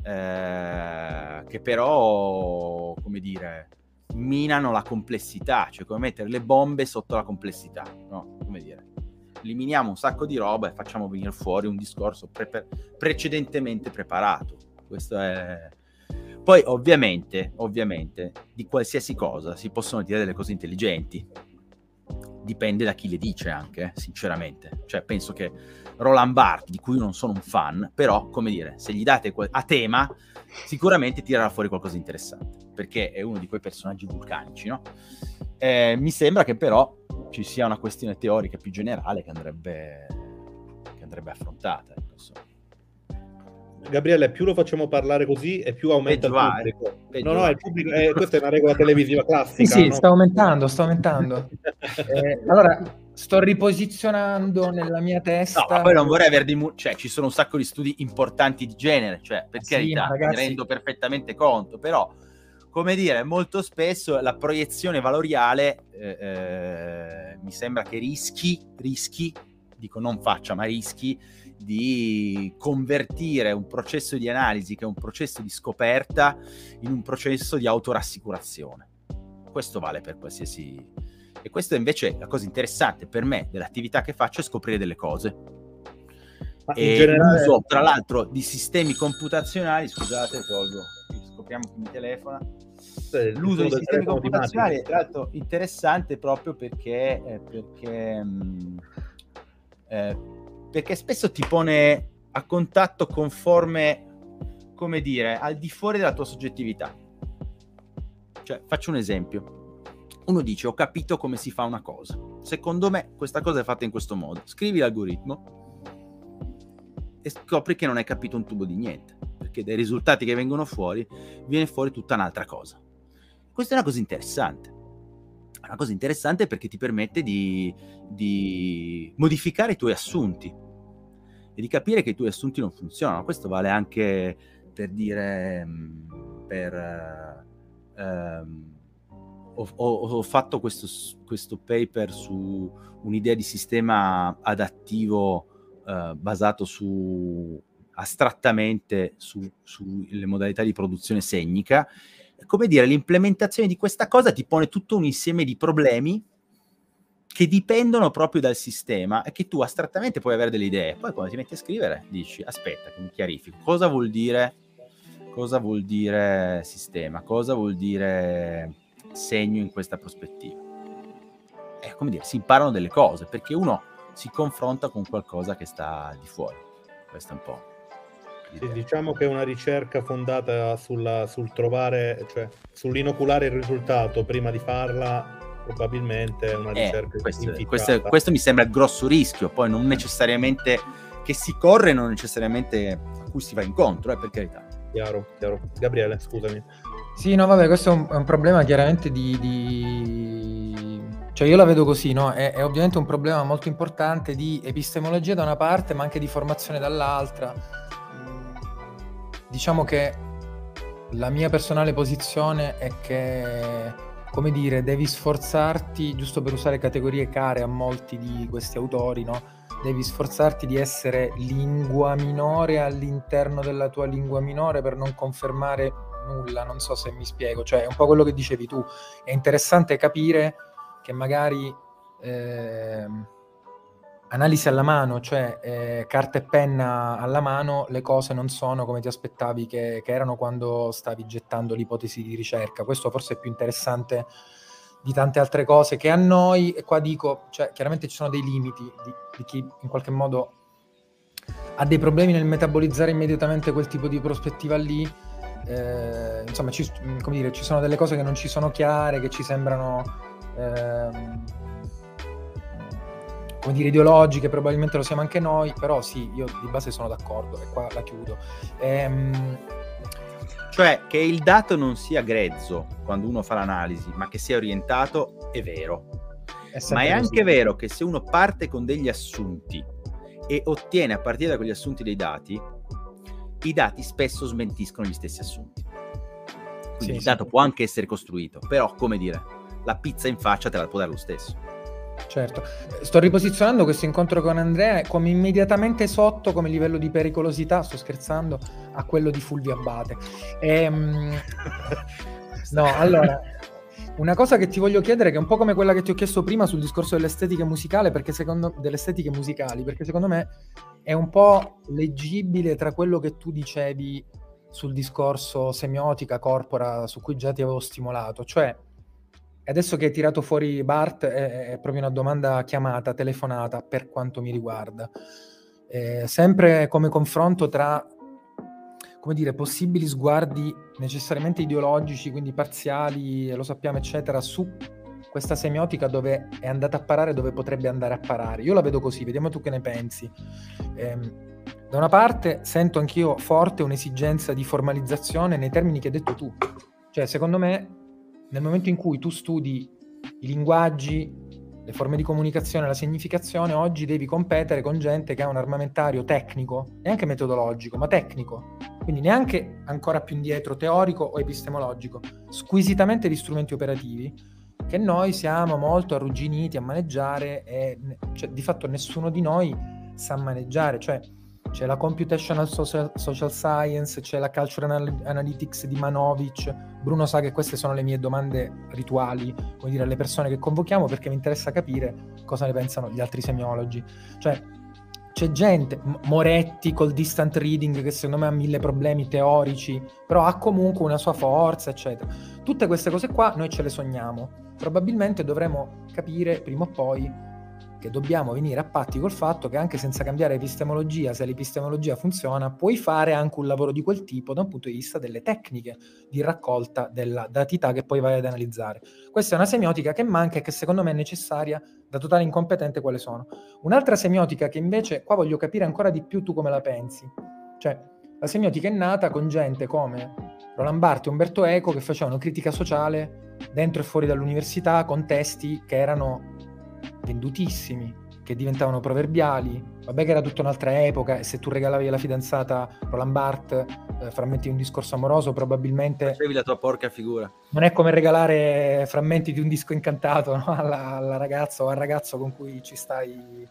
eh, che però, come dire, minano la complessità, cioè come mettere le bombe sotto la complessità, no? Come dire, eliminiamo un sacco di roba e facciamo venire fuori un discorso pre- precedentemente preparato. Questo è... Poi ovviamente, ovviamente, di qualsiasi cosa si possono dire delle cose intelligenti. Dipende da chi le dice anche, sinceramente. Cioè, penso che Roland Barthes, di cui non sono un fan, però, come dire, se gli date que- a tema, sicuramente tirerà fuori qualcosa di interessante, perché è uno di quei personaggi vulcanici, no? Eh, mi sembra che però ci sia una questione teorica più generale che andrebbe, che andrebbe affrontata, ecco, insomma. Gabriele, più lo facciamo parlare così e più aumenta Peggio il va, pubblico. eh? No, no, il pubblico eh, questa è una regola televisiva classica. Sì, sì, no? sta aumentando, sta aumentando. eh, allora, sto riposizionando nella mia testa... No, ma poi non vorrei aver di... Mu- cioè, ci sono un sacco di studi importanti di genere, cioè, per sì, carità, ragazzi... mi rendo perfettamente conto, però, come dire, molto spesso la proiezione valoriale eh, eh, mi sembra che rischi, rischi, dico non faccia, ma rischi di convertire un processo di analisi che è un processo di scoperta in un processo di autorassicurazione. Questo vale per qualsiasi... E questo invece è la cosa interessante per me dell'attività che faccio, è scoprire delle cose. Ma e generale... l'uso, tra l'altro, di sistemi computazionali, scusate, tolgo, scopriamo chi mi telefona. Sì, l'uso di sistemi computazionali è tra l'altro interessante proprio perché eh, perché mh, eh, perché spesso ti pone a contatto con forme, come dire, al di fuori della tua soggettività. Cioè, faccio un esempio. Uno dice, ho capito come si fa una cosa. Secondo me questa cosa è fatta in questo modo. Scrivi l'algoritmo e scopri che non hai capito un tubo di niente, perché dai risultati che vengono fuori viene fuori tutta un'altra cosa. Questa è una cosa interessante. È una cosa interessante perché ti permette di, di modificare i tuoi assunti e di capire che i tuoi assunti non funzionano. Questo vale anche per dire per um, ho, ho, ho fatto questo, questo paper su un'idea di sistema adattivo uh, basato su astrattamente su, sulle modalità di produzione segnica. Come dire, l'implementazione di questa cosa ti pone tutto un insieme di problemi che dipendono proprio dal sistema e che tu astrattamente puoi avere delle idee. Poi quando ti metti a scrivere dici, aspetta, che mi chiarifico. Cosa vuol dire, cosa vuol dire sistema? Cosa vuol dire segno in questa prospettiva? È come dire, si imparano delle cose, perché uno si confronta con qualcosa che sta di fuori. Questo è un po'. Sì, diciamo che è una ricerca fondata sulla, sul trovare, cioè sull'inoculare il risultato prima di farla. Probabilmente è una ricerca eh, questo, questo, questo mi sembra il grosso rischio, poi non necessariamente che si corre, non necessariamente a cui si va incontro, eh, per carità. Chiaro, chiaro. Gabriele, scusami. Sì, no, vabbè, questo è un, è un problema chiaramente di, di... Cioè io la vedo così, no? È, è ovviamente un problema molto importante di epistemologia da una parte, ma anche di formazione dall'altra. Diciamo che la mia personale posizione è che, come dire, devi sforzarti, giusto per usare categorie care a molti di questi autori, no? Devi sforzarti di essere lingua minore all'interno della tua lingua minore per non confermare nulla, non so se mi spiego, cioè è un po' quello che dicevi tu. È interessante capire che magari eh, analisi alla mano, cioè eh, carta e penna alla mano, le cose non sono come ti aspettavi che, che erano quando stavi gettando l'ipotesi di ricerca. Questo forse è più interessante di tante altre cose che a noi, e qua dico, cioè chiaramente ci sono dei limiti di, di chi in qualche modo ha dei problemi nel metabolizzare immediatamente quel tipo di prospettiva lì. Eh, insomma, ci, come dire, ci sono delle cose che non ci sono chiare, che ci sembrano ehm, come dire ideologiche, probabilmente lo siamo anche noi, però sì, io di base sono d'accordo e qua la chiudo. Ehm, Cioè che il dato non sia grezzo quando uno fa l'analisi, ma che sia orientato, è vero. è Ma è sempre anche così. vero che se uno parte con degli assunti e ottiene a partire da quegli assunti dei dati, i dati spesso smentiscono gli stessi assunti. Quindi Sì, il sì. dato può anche essere costruito, però, come dire, la pizza in faccia te la può dare lo stesso. Certo, sto riposizionando questo incontro con Andrea come immediatamente sotto come livello di pericolosità, sto scherzando, a quello di Fulvio Abbate. Ehm, no, allora, una cosa che ti voglio chiedere, che è un po' come quella che ti ho chiesto prima sul discorso dell'estetica musicale, perché secondo delle estetiche musicali, perché secondo me è un po' leggibile tra quello che tu dicevi sul discorso semiotica, corpora, su cui già ti avevo stimolato, cioè adesso che hai tirato fuori Bart è, è proprio una domanda chiamata, telefonata per quanto mi riguarda. Eh, sempre come confronto tra, come dire, possibili sguardi necessariamente ideologici, quindi parziali, lo sappiamo, eccetera, su questa semiotica dove è andata a parare, dove potrebbe andare a parare. Io la vedo così, vediamo tu che ne pensi. Eh, da una parte sento anch'io forte un'esigenza di formalizzazione nei termini che hai detto tu. Cioè, secondo me, nel momento in cui tu studi i linguaggi, le forme di comunicazione, la significazione, oggi devi competere con gente che ha un armamentario tecnico, neanche metodologico, ma tecnico, quindi neanche ancora più indietro teorico o epistemologico, squisitamente di strumenti operativi, che noi siamo molto arrugginiti a maneggiare e cioè, di fatto nessuno di noi sa maneggiare, cioè c'è la computational social, social science, c'è la cultural analytics di Manovic. Bruno sa che queste sono le mie domande rituali, come dire, alle persone che convochiamo, perché mi interessa capire cosa ne pensano gli altri semiologi. Cioè c'è gente, Moretti col distant reading, che secondo me ha mille problemi teorici, però ha comunque una sua forza, eccetera. Tutte queste cose qua noi ce le sogniamo. Probabilmente dovremo capire prima o poi che dobbiamo venire a patti col fatto che anche senza cambiare epistemologia, se l'epistemologia funziona, puoi fare anche un lavoro di quel tipo da un punto di vista delle tecniche di raccolta della datità che poi vai ad analizzare. Questa è una semiotica che manca e che secondo me è necessaria, da totale incompetente quale sono. Un'altra semiotica che invece, qua voglio capire ancora di più tu come la pensi, cioè la semiotica è nata con gente come Roland Barthes e Umberto Eco che facevano critica sociale dentro e fuori dall'università con testi che erano vendutissimi, che diventavano proverbiali. Vabbè che era tutta un'altra epoca e se tu regalavi alla fidanzata Roland Barthes eh, frammenti di un discorso amoroso probabilmente facevi la tua porca figura. Non è come regalare frammenti di un disco incantato, no? alla, alla ragazza o al ragazzo con cui ci stai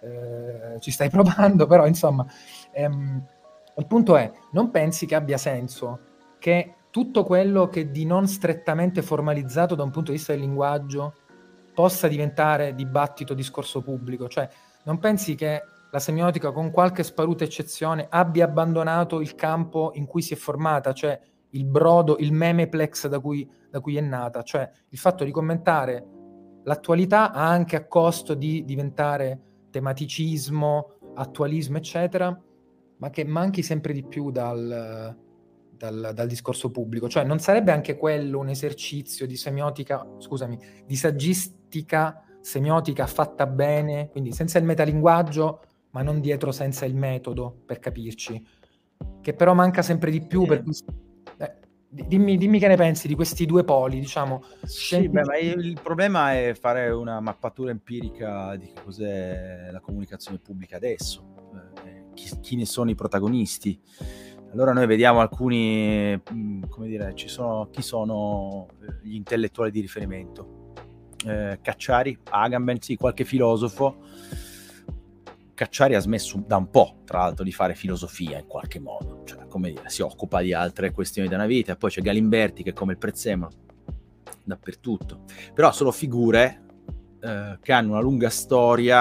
eh, ci stai provando, però insomma ehm, il punto è, non pensi che abbia senso che tutto quello che di non strettamente formalizzato da un punto di vista del linguaggio possa diventare dibattito, discorso pubblico? Cioè, non pensi che la semiotica, con qualche sparuta eccezione, abbia abbandonato il campo in cui si è formata, cioè il brodo, il memeplex da cui, da cui è nata, cioè il fatto di commentare l'attualità anche a costo di diventare tematicismo, attualismo, eccetera, ma che manchi sempre di più dal... Dal, dal discorso pubblico, cioè non sarebbe anche quello un esercizio di semiotica, scusami, di saggistica semiotica fatta bene, quindi senza il metalinguaggio, ma non dietro senza il metodo, per capirci, che però manca sempre di più. Per cui, eh, dimmi, dimmi che ne pensi di questi due poli, diciamo. Sì, beh, ma il problema è fare una mappatura empirica di che cos'è la comunicazione pubblica adesso, eh, chi, chi ne sono i protagonisti. Allora noi vediamo alcuni, come dire, ci sono, chi sono gli intellettuali di riferimento? Eh, Cacciari, Agamben, sì, qualche filosofo. Cacciari ha smesso da un po', tra l'altro, di fare filosofia in qualche modo, cioè, come dire, si occupa di altre questioni della vita. Poi c'è Galimberti che è come il prezzemolo, dappertutto. Però sono figure eh, che hanno una lunga storia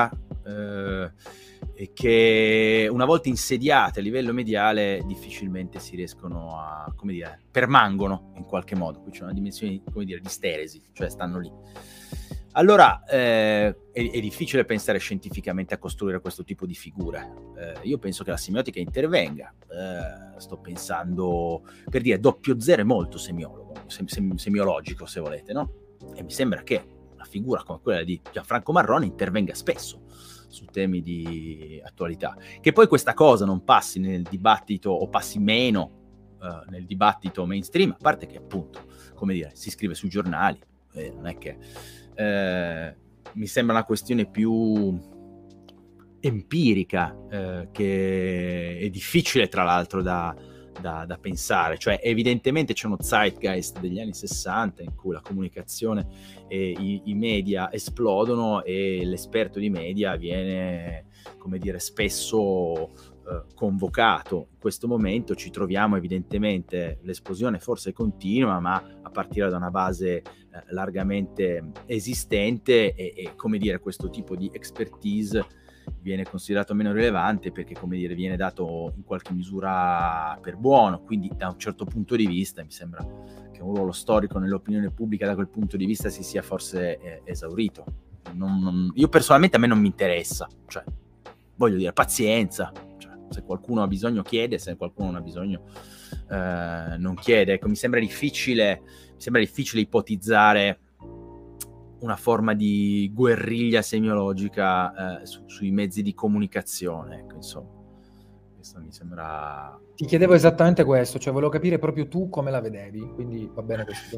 eh, e che una volta insediate a livello mediale difficilmente si riescono a, come dire, permangono in qualche modo. Qui c'è una dimensione, come dire, di steresi, cioè stanno lì. Allora eh, è, è difficile pensare scientificamente a costruire questo tipo di figure. Eh, io penso che la semiotica intervenga. Eh, sto pensando, per dire, doppio zero è molto semiologo, sem- sem- semiologico se volete, no? E mi sembra che una figura come quella di Gianfranco Marrone intervenga spesso su temi di attualità. Che poi questa cosa non passi nel dibattito, o passi meno eh, nel dibattito mainstream, a parte che appunto, come dire, si scrive sui giornali, eh, non è che... Eh, mi sembra una questione più empirica, eh, che è difficile tra l'altro da, da, da pensare. Cioè evidentemente c'è uno zeitgeist degli anni sessanta in cui la comunicazione e i, i media esplodono e l'esperto di media viene, come dire, spesso eh, convocato. In questo momento ci troviamo evidentemente, l'esplosione forse continua, ma a partire da una base largamente esistente e, e come dire, questo tipo di expertise viene considerato meno rilevante perché, come dire, viene dato in qualche misura per buono. Quindi da un certo punto di vista mi sembra che un ruolo storico nell'opinione pubblica da quel punto di vista si sia forse eh, esaurito. Non, non, io personalmente, a me non mi interessa, cioè voglio dire, pazienza, cioè, se qualcuno ha bisogno chiede, se qualcuno non ha bisogno eh, non chiede. Ecco, mi sembra difficile mi sembra difficile ipotizzare una forma di guerriglia semiologica eh, su, sui mezzi di comunicazione, ecco, insomma, questo mi sembra... Ti chiedevo esattamente questo, cioè volevo capire proprio tu come la vedevi, quindi va bene così.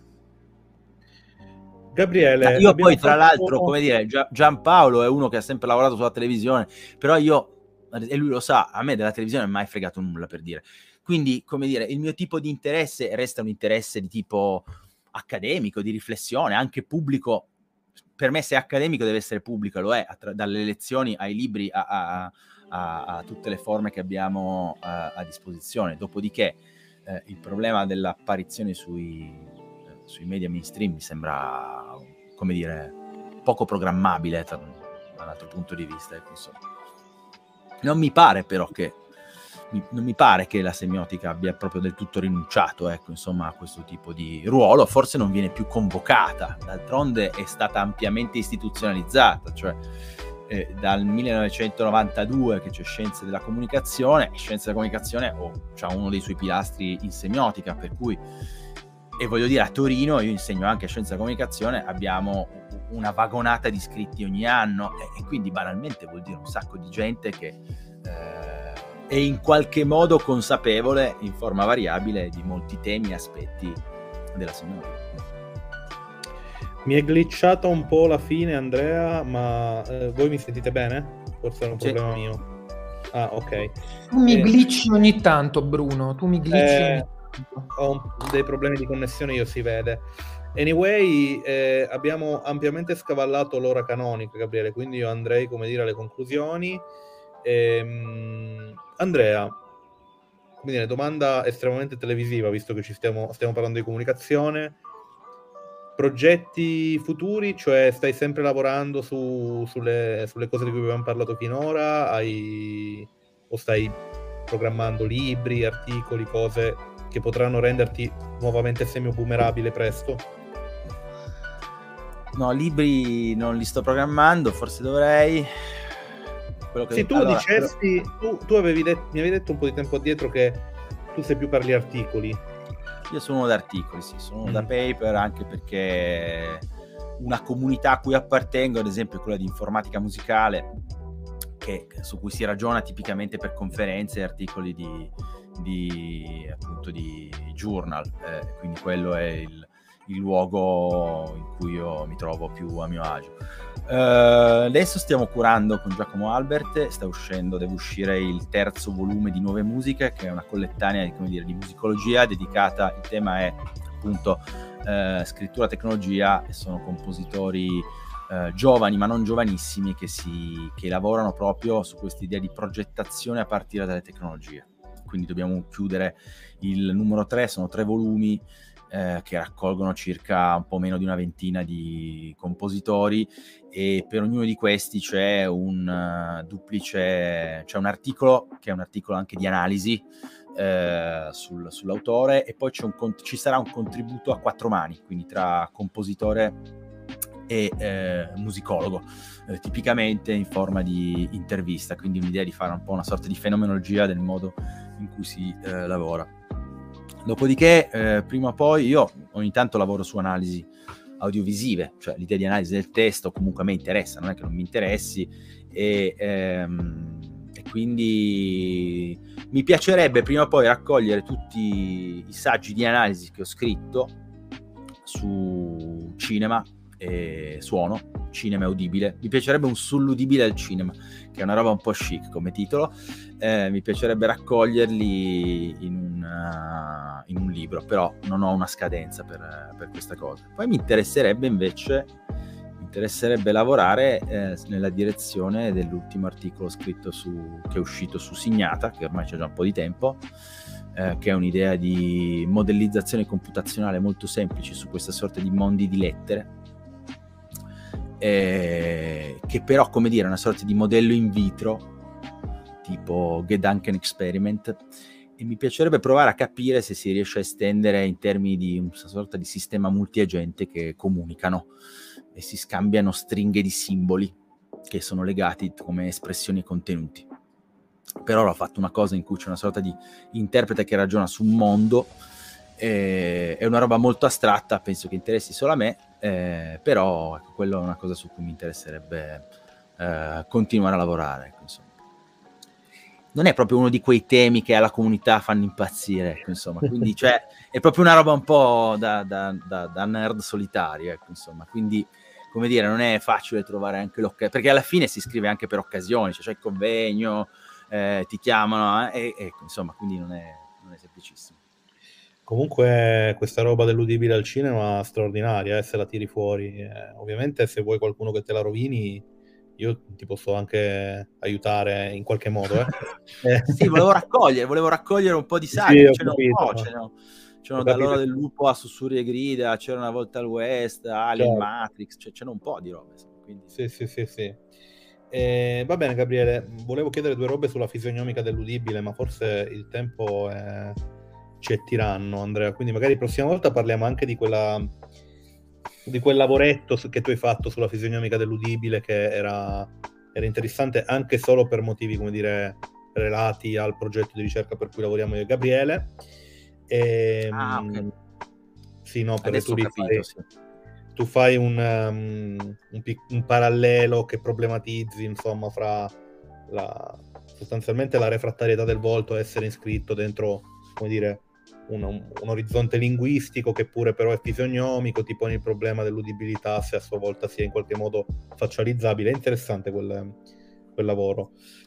Gabriele, io poi tra fatto... l'altro, come dire, Giampaolo è uno che ha sempre lavorato sulla televisione, però io, e lui lo sa, a me della televisione non è mai fregato nulla, per dire. Quindi, come dire, il mio tipo di interesse resta un interesse di tipo accademico, di riflessione, anche pubblico. Per me, se è accademico deve essere pubblico, lo è, attra- dalle lezioni ai libri a, a, a, a tutte le forme che abbiamo a, a disposizione. Dopodiché eh, il problema dell'apparizione sui, eh, sui media mainstream mi sembra, come dire, poco programmabile da un altro punto di vista. Ecco, insomma. Non mi pare però che non mi pare che la semiotica abbia proprio del tutto rinunciato, ecco, insomma, a questo tipo di ruolo. Forse non viene più convocata, d'altronde è stata ampiamente istituzionalizzata, cioè eh, dal millenovecentonovantadue che c'è Scienze della Comunicazione, e Scienze della Comunicazione oh, c'ha uno dei suoi pilastri in semiotica, per cui, e voglio dire, a Torino, io insegno anche Scienze della Comunicazione, abbiamo una vagonata di iscritti ogni anno, e, e quindi banalmente vuol dire un sacco di gente che eh, è in qualche modo consapevole in forma variabile di molti temi e aspetti della semiotica. Mi è glitchata un po' la fine, Andrea, ma eh, voi mi sentite bene? Forse è un Sì. problema mio. Ah, ok. Tu mi eh, glitchi ogni tanto, Bruno, tu mi glitchi eh, ogni tanto. Ho un, dei problemi di connessione, io si vede. Anyway, eh, abbiamo ampiamente scavallato l'ora canonica, Gabriele, quindi io andrei, come dire, alle conclusioni. Ehm, Andrea, come dire, domanda estremamente televisiva, visto che ci stiamo, stiamo parlando di comunicazione. Progetti futuri, cioè stai sempre lavorando su, sulle, sulle cose di cui abbiamo parlato finora? Hai, o stai programmando libri, articoli, cose che potranno renderti nuovamente semi-boomerabile presto? No, libri non li sto programmando, forse dovrei. Quello che... Se tu allora, dicessi, tu, tu avevi detto, mi avevi detto un po' di tempo addietro che tu sei più per gli articoli. Io sono uno da articoli, sì, sono uno Mm. da paper, anche perché una comunità a cui appartengo, ad esempio quella di informatica musicale, che, su cui si ragiona tipicamente per conferenze e articoli di, di appunto di journal, eh, quindi quello è il, il luogo in cui io mi trovo più a mio agio. Uh, adesso stiamo curando con Giacomo Albert, sta uscendo, deve uscire il terzo volume di Nuove Musiche, che è una collettanea di, come dire, di musicologia dedicata, il tema è appunto uh, scrittura, tecnologia, e sono compositori uh, giovani ma non giovanissimi che, si, che lavorano proprio su questa idea di progettazione a partire dalle tecnologie. Quindi dobbiamo chiudere il numero tre, sono tre volumi. eh, che raccolgono circa un po' meno di una ventina di compositori, e per ognuno di questi c'è un uh, duplice, c'è un articolo che è un articolo anche di analisi eh, sul, sull'autore, e poi c'è un, ci sarà un contributo a quattro mani, quindi tra compositore e eh, musicologo, eh, tipicamente in forma di intervista, quindi un'idea di fare un po' una sorta di fenomenologia del modo in cui si eh, lavora. Dopodiché, eh, prima o poi, io ogni tanto lavoro su analisi audiovisive, cioè l'idea di analisi del testo comunque a me interessa, non è che non mi interessi, e, ehm, e quindi mi piacerebbe prima o poi raccogliere tutti i saggi di analisi che ho scritto su cinema e suono, cinema udibile. Mi piacerebbe un sull'udibile al cinema, che è una roba un po' chic come titolo. Eh, mi piacerebbe raccoglierli in un, uh, in un libro, però non ho una scadenza per, per questa cosa. Poi mi interesserebbe invece mi interesserebbe lavorare eh, nella direzione dell'ultimo articolo scritto su, che è uscito su Signata, che ormai c'è già un po' di tempo, eh, che è un'idea di modellizzazione computazionale molto semplice su questa sorta di mondi di lettere, Eh, che però, come dire, è una sorta di modello in vitro tipo Gedanken Experiment, e mi piacerebbe provare a capire se si riesce a estendere in termini di una sorta di sistema multiagente che comunicano e si scambiano stringhe di simboli che sono legati come espressioni e contenuti. Per ora ho fatto una cosa in cui c'è una sorta di interprete che ragiona su un mondo. Eh, è una roba molto astratta, penso che interessi solo a me, eh, però ecco, quello è una cosa su cui mi interesserebbe eh, continuare a lavorare, ecco, insomma. Non è proprio uno di quei temi che alla comunità fanno impazzire, ecco, insomma, quindi cioè, è proprio una roba un po' da, da, da, da nerd solitario, ecco, insomma, quindi, come dire, non è facile trovare anche l'occasione, perché alla fine si scrive anche per occasioni, cioè c'è il convegno, eh, ti chiamano, eh, e, ecco, insomma, quindi non è, non è semplicissimo. Comunque questa roba dell'udibile al cinema è straordinaria, eh, se la tiri fuori. Eh, ovviamente se vuoi qualcuno che te la rovini, io ti posso anche aiutare in qualche modo. Eh. Sì, volevo raccogliere, volevo raccogliere un po' di saggi, Sì, c'erano un po', c'erano, c'erano dall'ora del lupo a Sussurri e grida, c'era Una volta al West, Alien, certo. Matrix, cioè, c'era un po' di robe. Quindi... Sì, sì, sì, sì. Eh, va bene Gabriele, volevo chiedere due robe sulla fisionomica dell'udibile, ma forse il tempo è... ci è tiranno, Andrea, quindi magari la prossima volta parliamo anche di quella di quel lavoretto che tu hai fatto sulla fisionomica dell'udibile, che era, era interessante anche solo per motivi, come dire, relati al progetto di ricerca per cui lavoriamo io e Gabriele. E, ah, ok. Sì, no, perché tu, capito, fai, sì. tu fai un, um, un, un parallelo che problematizzi, insomma, fra la, sostanzialmente la refrattarietà del volto, essere iscritto dentro, come dire, Un, un, un orizzonte linguistico che pure però è fisionomico, ti pone il problema dell'udibilità se a sua volta sia in qualche modo faccializzabile. È interessante quel, quel lavoro.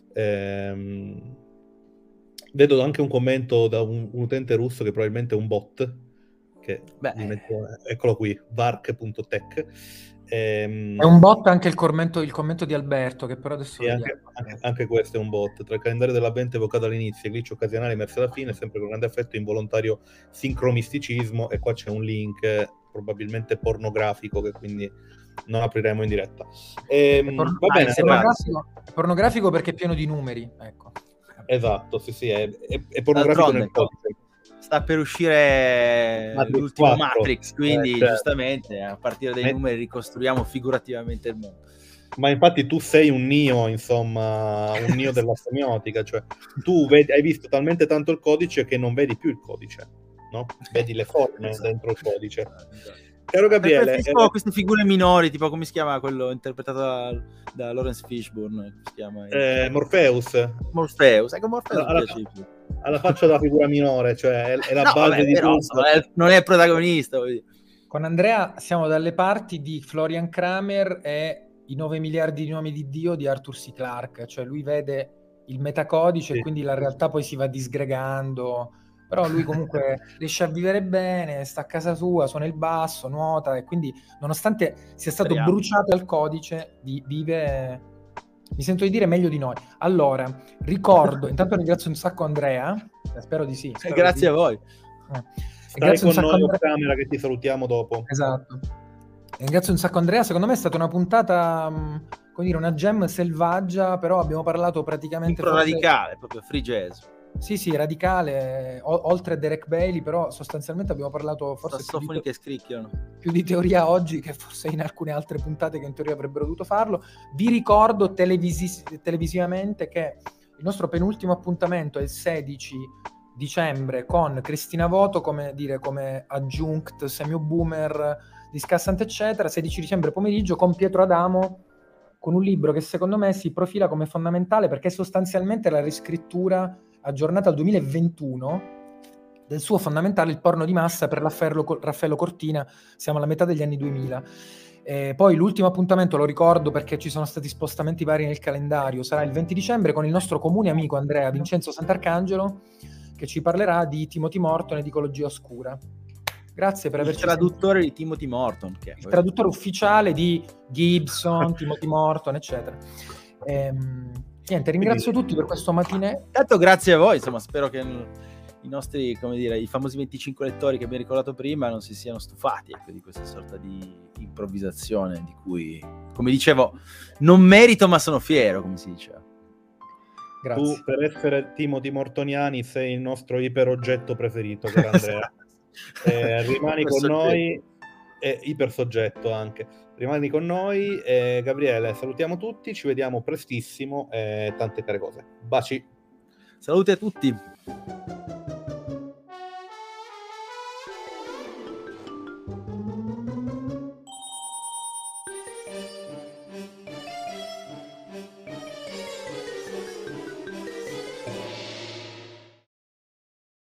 Ehm, vedo anche un commento da un, un utente russo che probabilmente è un bot, che metto, eccolo qui, vark punto tech. Ehm, è un bot anche il commento, il commento di Alberto, che però adesso vediamo. Anche, anche, anche questo è un bot. Tra il calendario dell'avvento evocato all'inizio e glitch occasionali emersi alla fine, sempre con grande effetto involontario sincromisticismo, e qua c'è un link eh, probabilmente pornografico che quindi non apriremo in diretta. Ehm, porno- va ah, bene, è pornografico, è pornografico perché è pieno di numeri, ecco. Esatto, sì, sì, è, è, è pornografico nel codice. Sta per uscire Matrix l'ultimo quattro. Matrix, quindi eh, certo. giustamente a partire dai numeri ricostruiamo figurativamente il mondo. Ma infatti tu sei un neo, insomma, un neo della semiotica, cioè tu vedi, hai visto talmente tanto il codice che non vedi più il codice, no? Vedi le forme esatto. dentro il codice. Esatto. Caro Gabriele, preferisco era... queste figure minori, tipo come si chiama quello interpretato da, da Lawrence Fishburne, come si chiama? Eh, Morpheus. Morpheus, ecco Morpheus alla, alla, alla faccia della figura minore, cioè è, è la no, base vabbè, di però, tutto. Non è, non è il protagonista. Con Andrea siamo dalle parti di Florian Kramer e i nove miliardi di nomi di Dio di Arthur C. Clarke, cioè lui vede il metacodice sì. E quindi la realtà poi si va disgregando, però lui comunque riesce a vivere bene, sta a casa sua, suona il basso, nuota, e quindi nonostante sia stato Speriamo. bruciato al codice vive, mi sento di dire, meglio di noi. Allora, ricordo, intanto ringrazio un sacco Andrea, spero di sì. Spero Grazie di... a voi. Eh. Stai con noi off camera che ti salutiamo dopo. Esatto. Ringrazio un sacco Andrea, secondo me è stata una puntata, mh, come dire, una gem selvaggia, però abbiamo parlato praticamente... Forse... forse... radicale, proprio free jazz. Sì, sì, radicale, o- oltre Derek Bailey, però sostanzialmente abbiamo parlato forse sassofoni più di, che scricchiano, più di teoria oggi che forse in alcune altre puntate che in teoria avrebbero dovuto farlo. Vi ricordo televisi- televisivamente che il nostro penultimo appuntamento è il sedici dicembre con Cristina Voto come dire come adjunct semio boomer discassante eccetera, sedici dicembre pomeriggio con Pietro Adamo con un libro che secondo me si profila come fondamentale perché sostanzialmente è la riscrittura aggiornata al duemilaventuno del suo fondamentale Il porno di massa per Raffaello, Raffaello Cortina, siamo alla metà degli anni duemila. Eh, poi l'ultimo appuntamento lo ricordo perché ci sono stati spostamenti vari nel calendario, sarà il venti dicembre con il nostro comune amico Andrea Vincenzo Sant'Arcangelo che ci parlerà di Timothy Morton e di Ecologia Oscura. Grazie per il averci traduttore sentito. di Timothy Morton, che è il traduttore ufficiale di Gibson, Timothy Morton, eccetera. Ehm, niente, ringrazio tutti per questo mattinè. Tanto grazie a voi, insomma, spero che i nostri, come dire, i famosi venticinque lettori che mi hai ricordato prima non si siano stufati, ecco, di questa sorta di improvvisazione di cui, come dicevo, non merito ma sono fiero, come si diceva. Grazie. Tu, per essere Timothy Mortoniani, sei il nostro iperoggetto preferito, caro Andrea. eh, rimani con noi, e ipersoggetto anche. Rimani con noi, eh, Gabriele, salutiamo tutti, ci vediamo prestissimo e tante care cose. Baci. Salute a tutti.